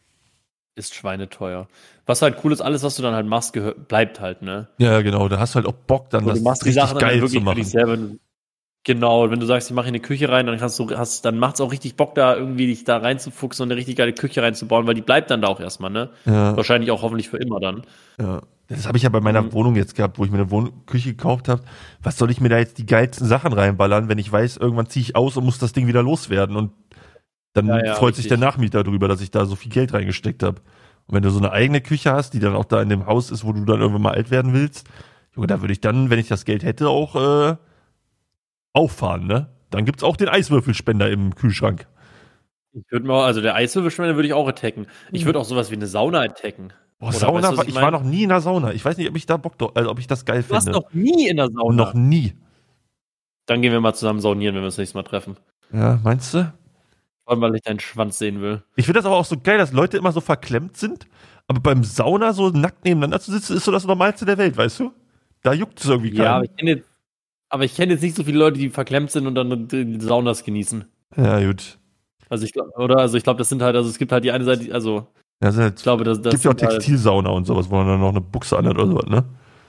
Ist schweineteuer. Was halt cool ist, alles, was du dann halt machst, gehör- bleibt halt, ne? Ja, genau. Da hast du halt auch Bock, dann So, das du machst die richtig Sachen dann halt geil zu wirklich für machen. dich selber. Genau, wenn du sagst, ich mache hier eine Küche rein, dann kannst du, hast, dann macht's auch richtig Bock, da irgendwie dich da reinzufuchsen und eine richtig geile Küche reinzubauen, weil die bleibt dann da auch erstmal, ne? Ja. Wahrscheinlich auch hoffentlich für immer dann. Ja. Das habe ich ja bei meiner Mhm. Wohnung jetzt gehabt, wo ich mir eine Wohn Küche gekauft habe. Was soll ich mir da jetzt die geilsten Sachen reinballern, wenn ich weiß, irgendwann ziehe ich aus und muss das Ding wieder loswerden und dann Ja, ja, freut sich richtig. der Nachmieter darüber, dass ich da so viel Geld reingesteckt habe. Und wenn du so eine eigene Küche hast, die dann auch da in dem Haus ist, wo du dann irgendwann mal alt werden willst, Junge, da würde ich dann, wenn ich das Geld hätte, auch äh, auffahren, ne? Dann gibt's auch den Eiswürfelspender im Kühlschrank. Ich würde mal, also der Eiswürfelspender würde ich auch attacken. Ich würde auch sowas wie eine Sauna attacken. Boah, Oder Sauna, weißt du, was war, ich ich mein? war noch nie in der Sauna. Ich weiß nicht, ob ich da Bock drauf, also ob ich das geil Du warst finde. noch nie in der Sauna. Noch nie. Dann gehen wir mal zusammen saunieren, wenn wir uns nächstes Mal treffen. Ja, meinst du? Vor allem, weil ich deinen Schwanz sehen will. Ich finde das aber auch so geil, dass Leute immer so verklemmt sind, aber beim Sauna so nackt nebeneinander zu sitzen, ist so das Normalste der Welt, weißt du? Da juckt es irgendwie Ja, aber keinen. ich kenne jetzt, aber ich kenne jetzt nicht so viele Leute, die verklemmt sind und dann die Saunas genießen. Ja, gut. Also ich glaube, oder? Also ich glaube, das sind halt, also es gibt halt die eine Seite, die- also Ja, es halt, ich glaube, das, das gibt ja auch sind halt, Textilsauna und sowas, wo man dann noch eine Buchse anhat oder sowas, ne?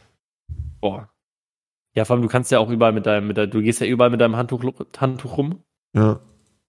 boah. Ja, vor allem, du kannst ja auch überall mit deinem, mit der, du gehst ja überall mit deinem Handtuch, Handtuch rum, Ja.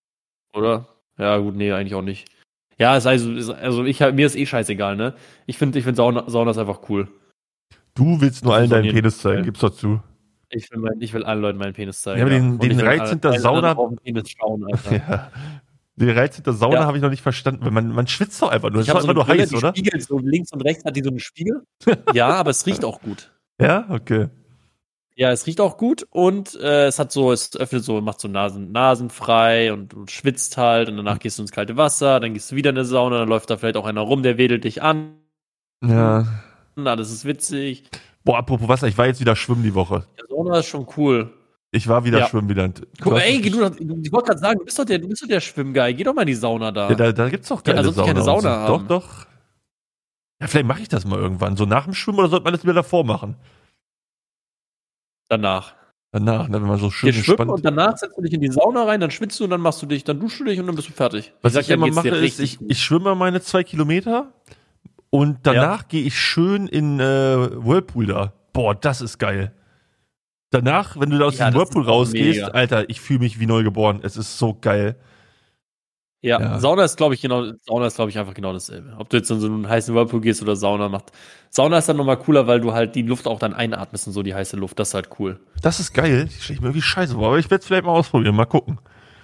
oder? Ja, gut, nee, eigentlich auch nicht. Ja, ist also, ist, also ich mir ist eh scheißegal, ne? Ich finde, ich finde Sauna, Sauna ist einfach cool. Du willst nur Also allen deinen saunieren. Penis zeigen, Ja. gib's doch zu. Ich will, mein, ich will allen Leuten meinen Penis zeigen. Ja, aber den- Und den ich will Reiz allen- hinter allen Sauna- anderen auf den Penis schauen, Alter. Ja. Den Reiz hinter Sauna Ja. habe ich noch nicht verstanden, weil man, man schwitzt doch einfach nur. Es Ich ist habe doch so einfach eine nur Brille, heiß, die oder? spiegelt so links und rechts hat die so einen Spiegel. Ja, aber es riecht auch gut. Ja, okay. Ja, es riecht auch gut und äh, es hat so, es öffnet so, macht so Nasen, Nasen frei und du schwitzt halt und danach gehst du ins kalte Wasser, dann gehst du wieder in eine Sauna, dann läuft da vielleicht auch einer rum, der wedelt dich an. Ja. Na, das ist witzig. Boah, apropos Wasser, ich war jetzt wieder schwimmen die Woche. Der Sauna ist schon cool. Ich war wieder Ja. schwimmen wieder. Guck, hast- ey, geh du, ich wollte gerade sagen, du bist doch der, du bist doch der Schwimmguy. Geh doch mal in die Sauna da. Ja, da, da gibt's doch Ja, geile als ob die keine Sauna. und Sauna so. haben. Doch, doch. Ja, vielleicht mache ich das mal irgendwann. So nach dem Schwimmen oder sollte man das wieder davor machen? Danach. Danach, ne, wenn man so schön Geh schwimmen entspannt. und danach setzt du dich in die Sauna rein, dann schwitzt du und dann machst du dich, dann duschst du dich und dann bist du fertig. Was sag ich ja, immer geht's mache, dir ist, richtig ich, gut. ich schwimme meine zwei Kilometer und danach gehe ich schön in äh, Whirlpool da. Boah, das ist geil. Danach, wenn du da aus Ja, dem das Whirlpool ist auch rausgehst, mega. Alter, ich fühle mich wie neu geboren. Es ist so geil. Ja, Ja. Sauna ist, glaube ich, genau, Sauna ist, glaube ich, einfach genau dasselbe. Ob du jetzt in so einen heißen Whirlpool gehst oder Sauna macht. Sauna ist dann nochmal cooler, weil du halt die Luft auch dann einatmest und so, die heiße Luft. Das ist halt cool. Das ist geil. Ich stelle mir irgendwie scheiße vor, aber ich werde es vielleicht mal ausprobieren. Mal gucken.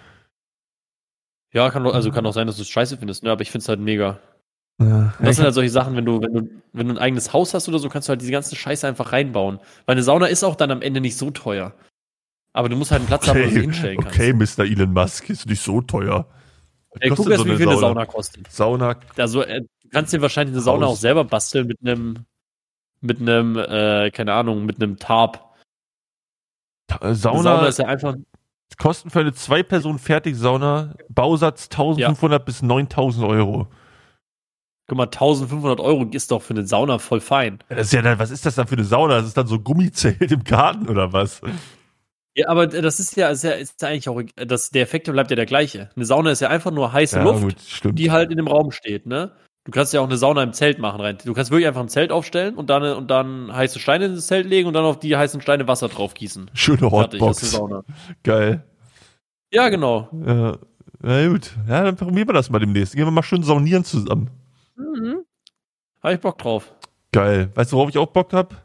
Ja, kann doch, also kann auch sein, dass du es scheiße findest, ne? Aber ich finde es halt mega. Ja, Und das sind halt solche Sachen, wenn du, wenn du, wenn du ein eigenes Haus hast oder so, kannst du halt diese ganze Scheiße einfach reinbauen. Weil eine Sauna ist auch dann am Ende nicht so teuer. Aber du musst halt einen Platz haben, wo du sie okay, hinstellen kannst. okay, Mister Elon Musk, ist nicht so teuer. Was Ey, guck kostet erst, so wie eine viel eine Sauna? Sauna kostet. Sauna, Also, äh, du kannst dir wahrscheinlich eine Sauna Haus. auch selber basteln mit einem, mit einem, äh, keine Ahnung, mit einem Tarp. Eine Sauna, Sauna ist ja einfach, Kosten für eine Zwei-Personen-Fertig-Sauna, Bausatz eintausendfünfhundert bis neuntausend Euro. guck mal, eintausendfünfhundert Euro ist doch für eine Sauna voll fein. Das ist ja dann, was ist das dann für eine Sauna? Das ist dann so ein Gummizelt im Garten oder was? Ja, aber das ist ja, ist ja, ist ja eigentlich auch, das, der Effekt bleibt ja der gleiche. Eine Sauna ist ja einfach nur heiße Luft, gut, stimmt. die halt in dem Raum steht, ne? Du kannst ja auch eine Sauna im Zelt machen rein. Du kannst wirklich einfach ein Zelt aufstellen und dann, und dann heiße Steine ins Zelt legen und dann auf die heißen Steine Wasser drauf gießen. Schöne Fertig, Hotbox. das ist eine Sauna. Geil. Ja, genau. Ja, na gut. Ja, dann probieren wir das mal demnächst. Gehen wir mal schön saunieren zusammen. Mhm. Habe ich Bock drauf. Geil. Weißt du, worauf ich auch Bock hab?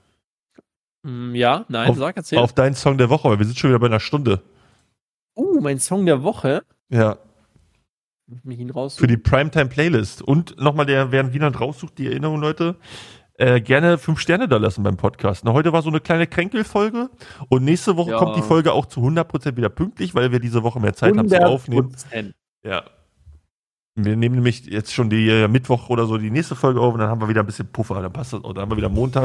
Mm, ja, nein, Auf- sag, erzähl. Auf deinen Song der Woche, weil wir sind schon wieder bei einer Stunde. Uh, mein Song der Woche. Ja, Muss mich ihn raus. für die Primetime-Playlist. Und nochmal, der, während Wieland raussucht, die Erinnerung, Leute, äh, gerne fünf Sterne da lassen beim Podcast. Na, heute war so eine kleine Kränkelfolge und nächste Woche Ja. kommt die Folge auch zu hundert Prozent wieder pünktlich, weil wir diese Woche mehr Zeit haben zum Aufnehmen. Prozent. Ja. Wir nehmen nämlich jetzt schon die äh, Mittwoch oder so die nächste Folge auf und dann haben wir wieder ein bisschen Puffer. Dann passt das auch. Dann haben wir wieder Montag.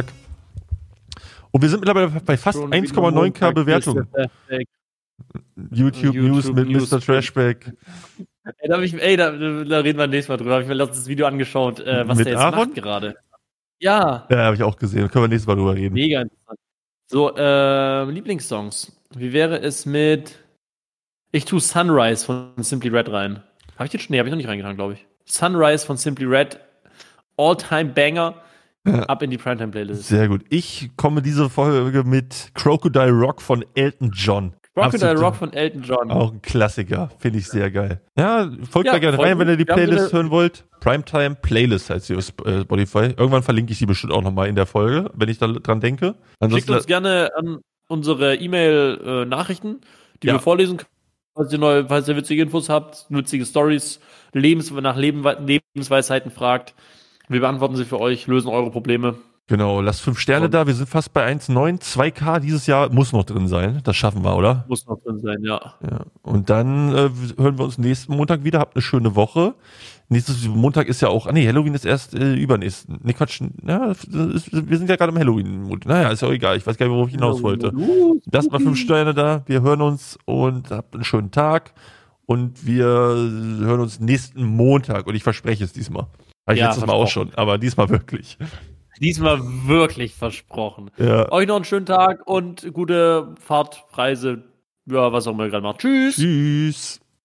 Und wir sind mittlerweile bei fast Schon eins Komma neun K wieder Montag, Bewertungen. ist der Perfekt. YouTube, YouTube News mit News. Mister Trashback. Ey, da, hab ich, ey da, da reden wir nächstes Mal drüber. Habe ich mir letztens das Video angeschaut, äh, was Mit der jetzt Aaron? macht gerade. Ja, Ja, habe ich auch gesehen. Können wir nächstes Mal drüber reden. mega interessant. So, äh, Lieblingssongs. Wie wäre es mit Ich tu Sunrise von Simply Red rein? Habe ich den schon? Nee, habe ich noch nicht reingetan, glaube ich. Sunrise von Simply Red. All-Time Banger. Ja. Ab in die Primetime-Playlist. Sehr gut. Ich komme diese Folge mit Crocodile Rock von Elton John. Crocodile Absolut. Rock von Elton John. Auch ein Klassiker. Finde ich sehr geil. Ja, folgt Ja, da gerne voll rein, wenn gut. ihr die Wir haben so Playlist eine- hören wollt. Primetime Playlist heißt sie auf Sp- äh, Spotify. Irgendwann verlinke ich sie bestimmt auch nochmal in der Folge, wenn ich da dran denke. Schickt Ansonsten, uns gerne an unsere E-Mail-Nachrichten, die Ja. wir vorlesen können, falls ihr, neue, falls ihr witzige Infos habt, witzige Stories, Lebens nach Leben, Lebensweisheiten fragt. Wir beantworten sie für euch, lösen eure Probleme. genau, lasst fünf Sterne Und- da. Wir sind fast bei eins Komma neun. zwei K dieses Jahr muss noch drin sein. Das schaffen wir, oder? Muss noch drin sein, ja. Ja. Und dann äh, hören wir uns nächsten Montag wieder. Habt eine schöne Woche. Nächstes Montag ist ja auch, ah nee, Halloween ist erst äh, übernächsten. Nee, Quatsch, ja, das ist, wir sind ja gerade im Halloween. Naja, ist ja auch egal. Ich weiß gar nicht, worauf ich hinaus wollte. Lasst mal fünf Sterne da. Wir hören uns und habt einen schönen Tag. Und wir hören uns nächsten Montag. Und ich verspreche es diesmal. Habe ich Ja, letztes Mal auch versprochen. schon, aber diesmal wirklich. Diesmal wirklich versprochen. Ja. Euch noch einen schönen Tag und gute Fahrtpreise. Ja, was auch immer ihr gerade macht. Tschüss. Tschüss.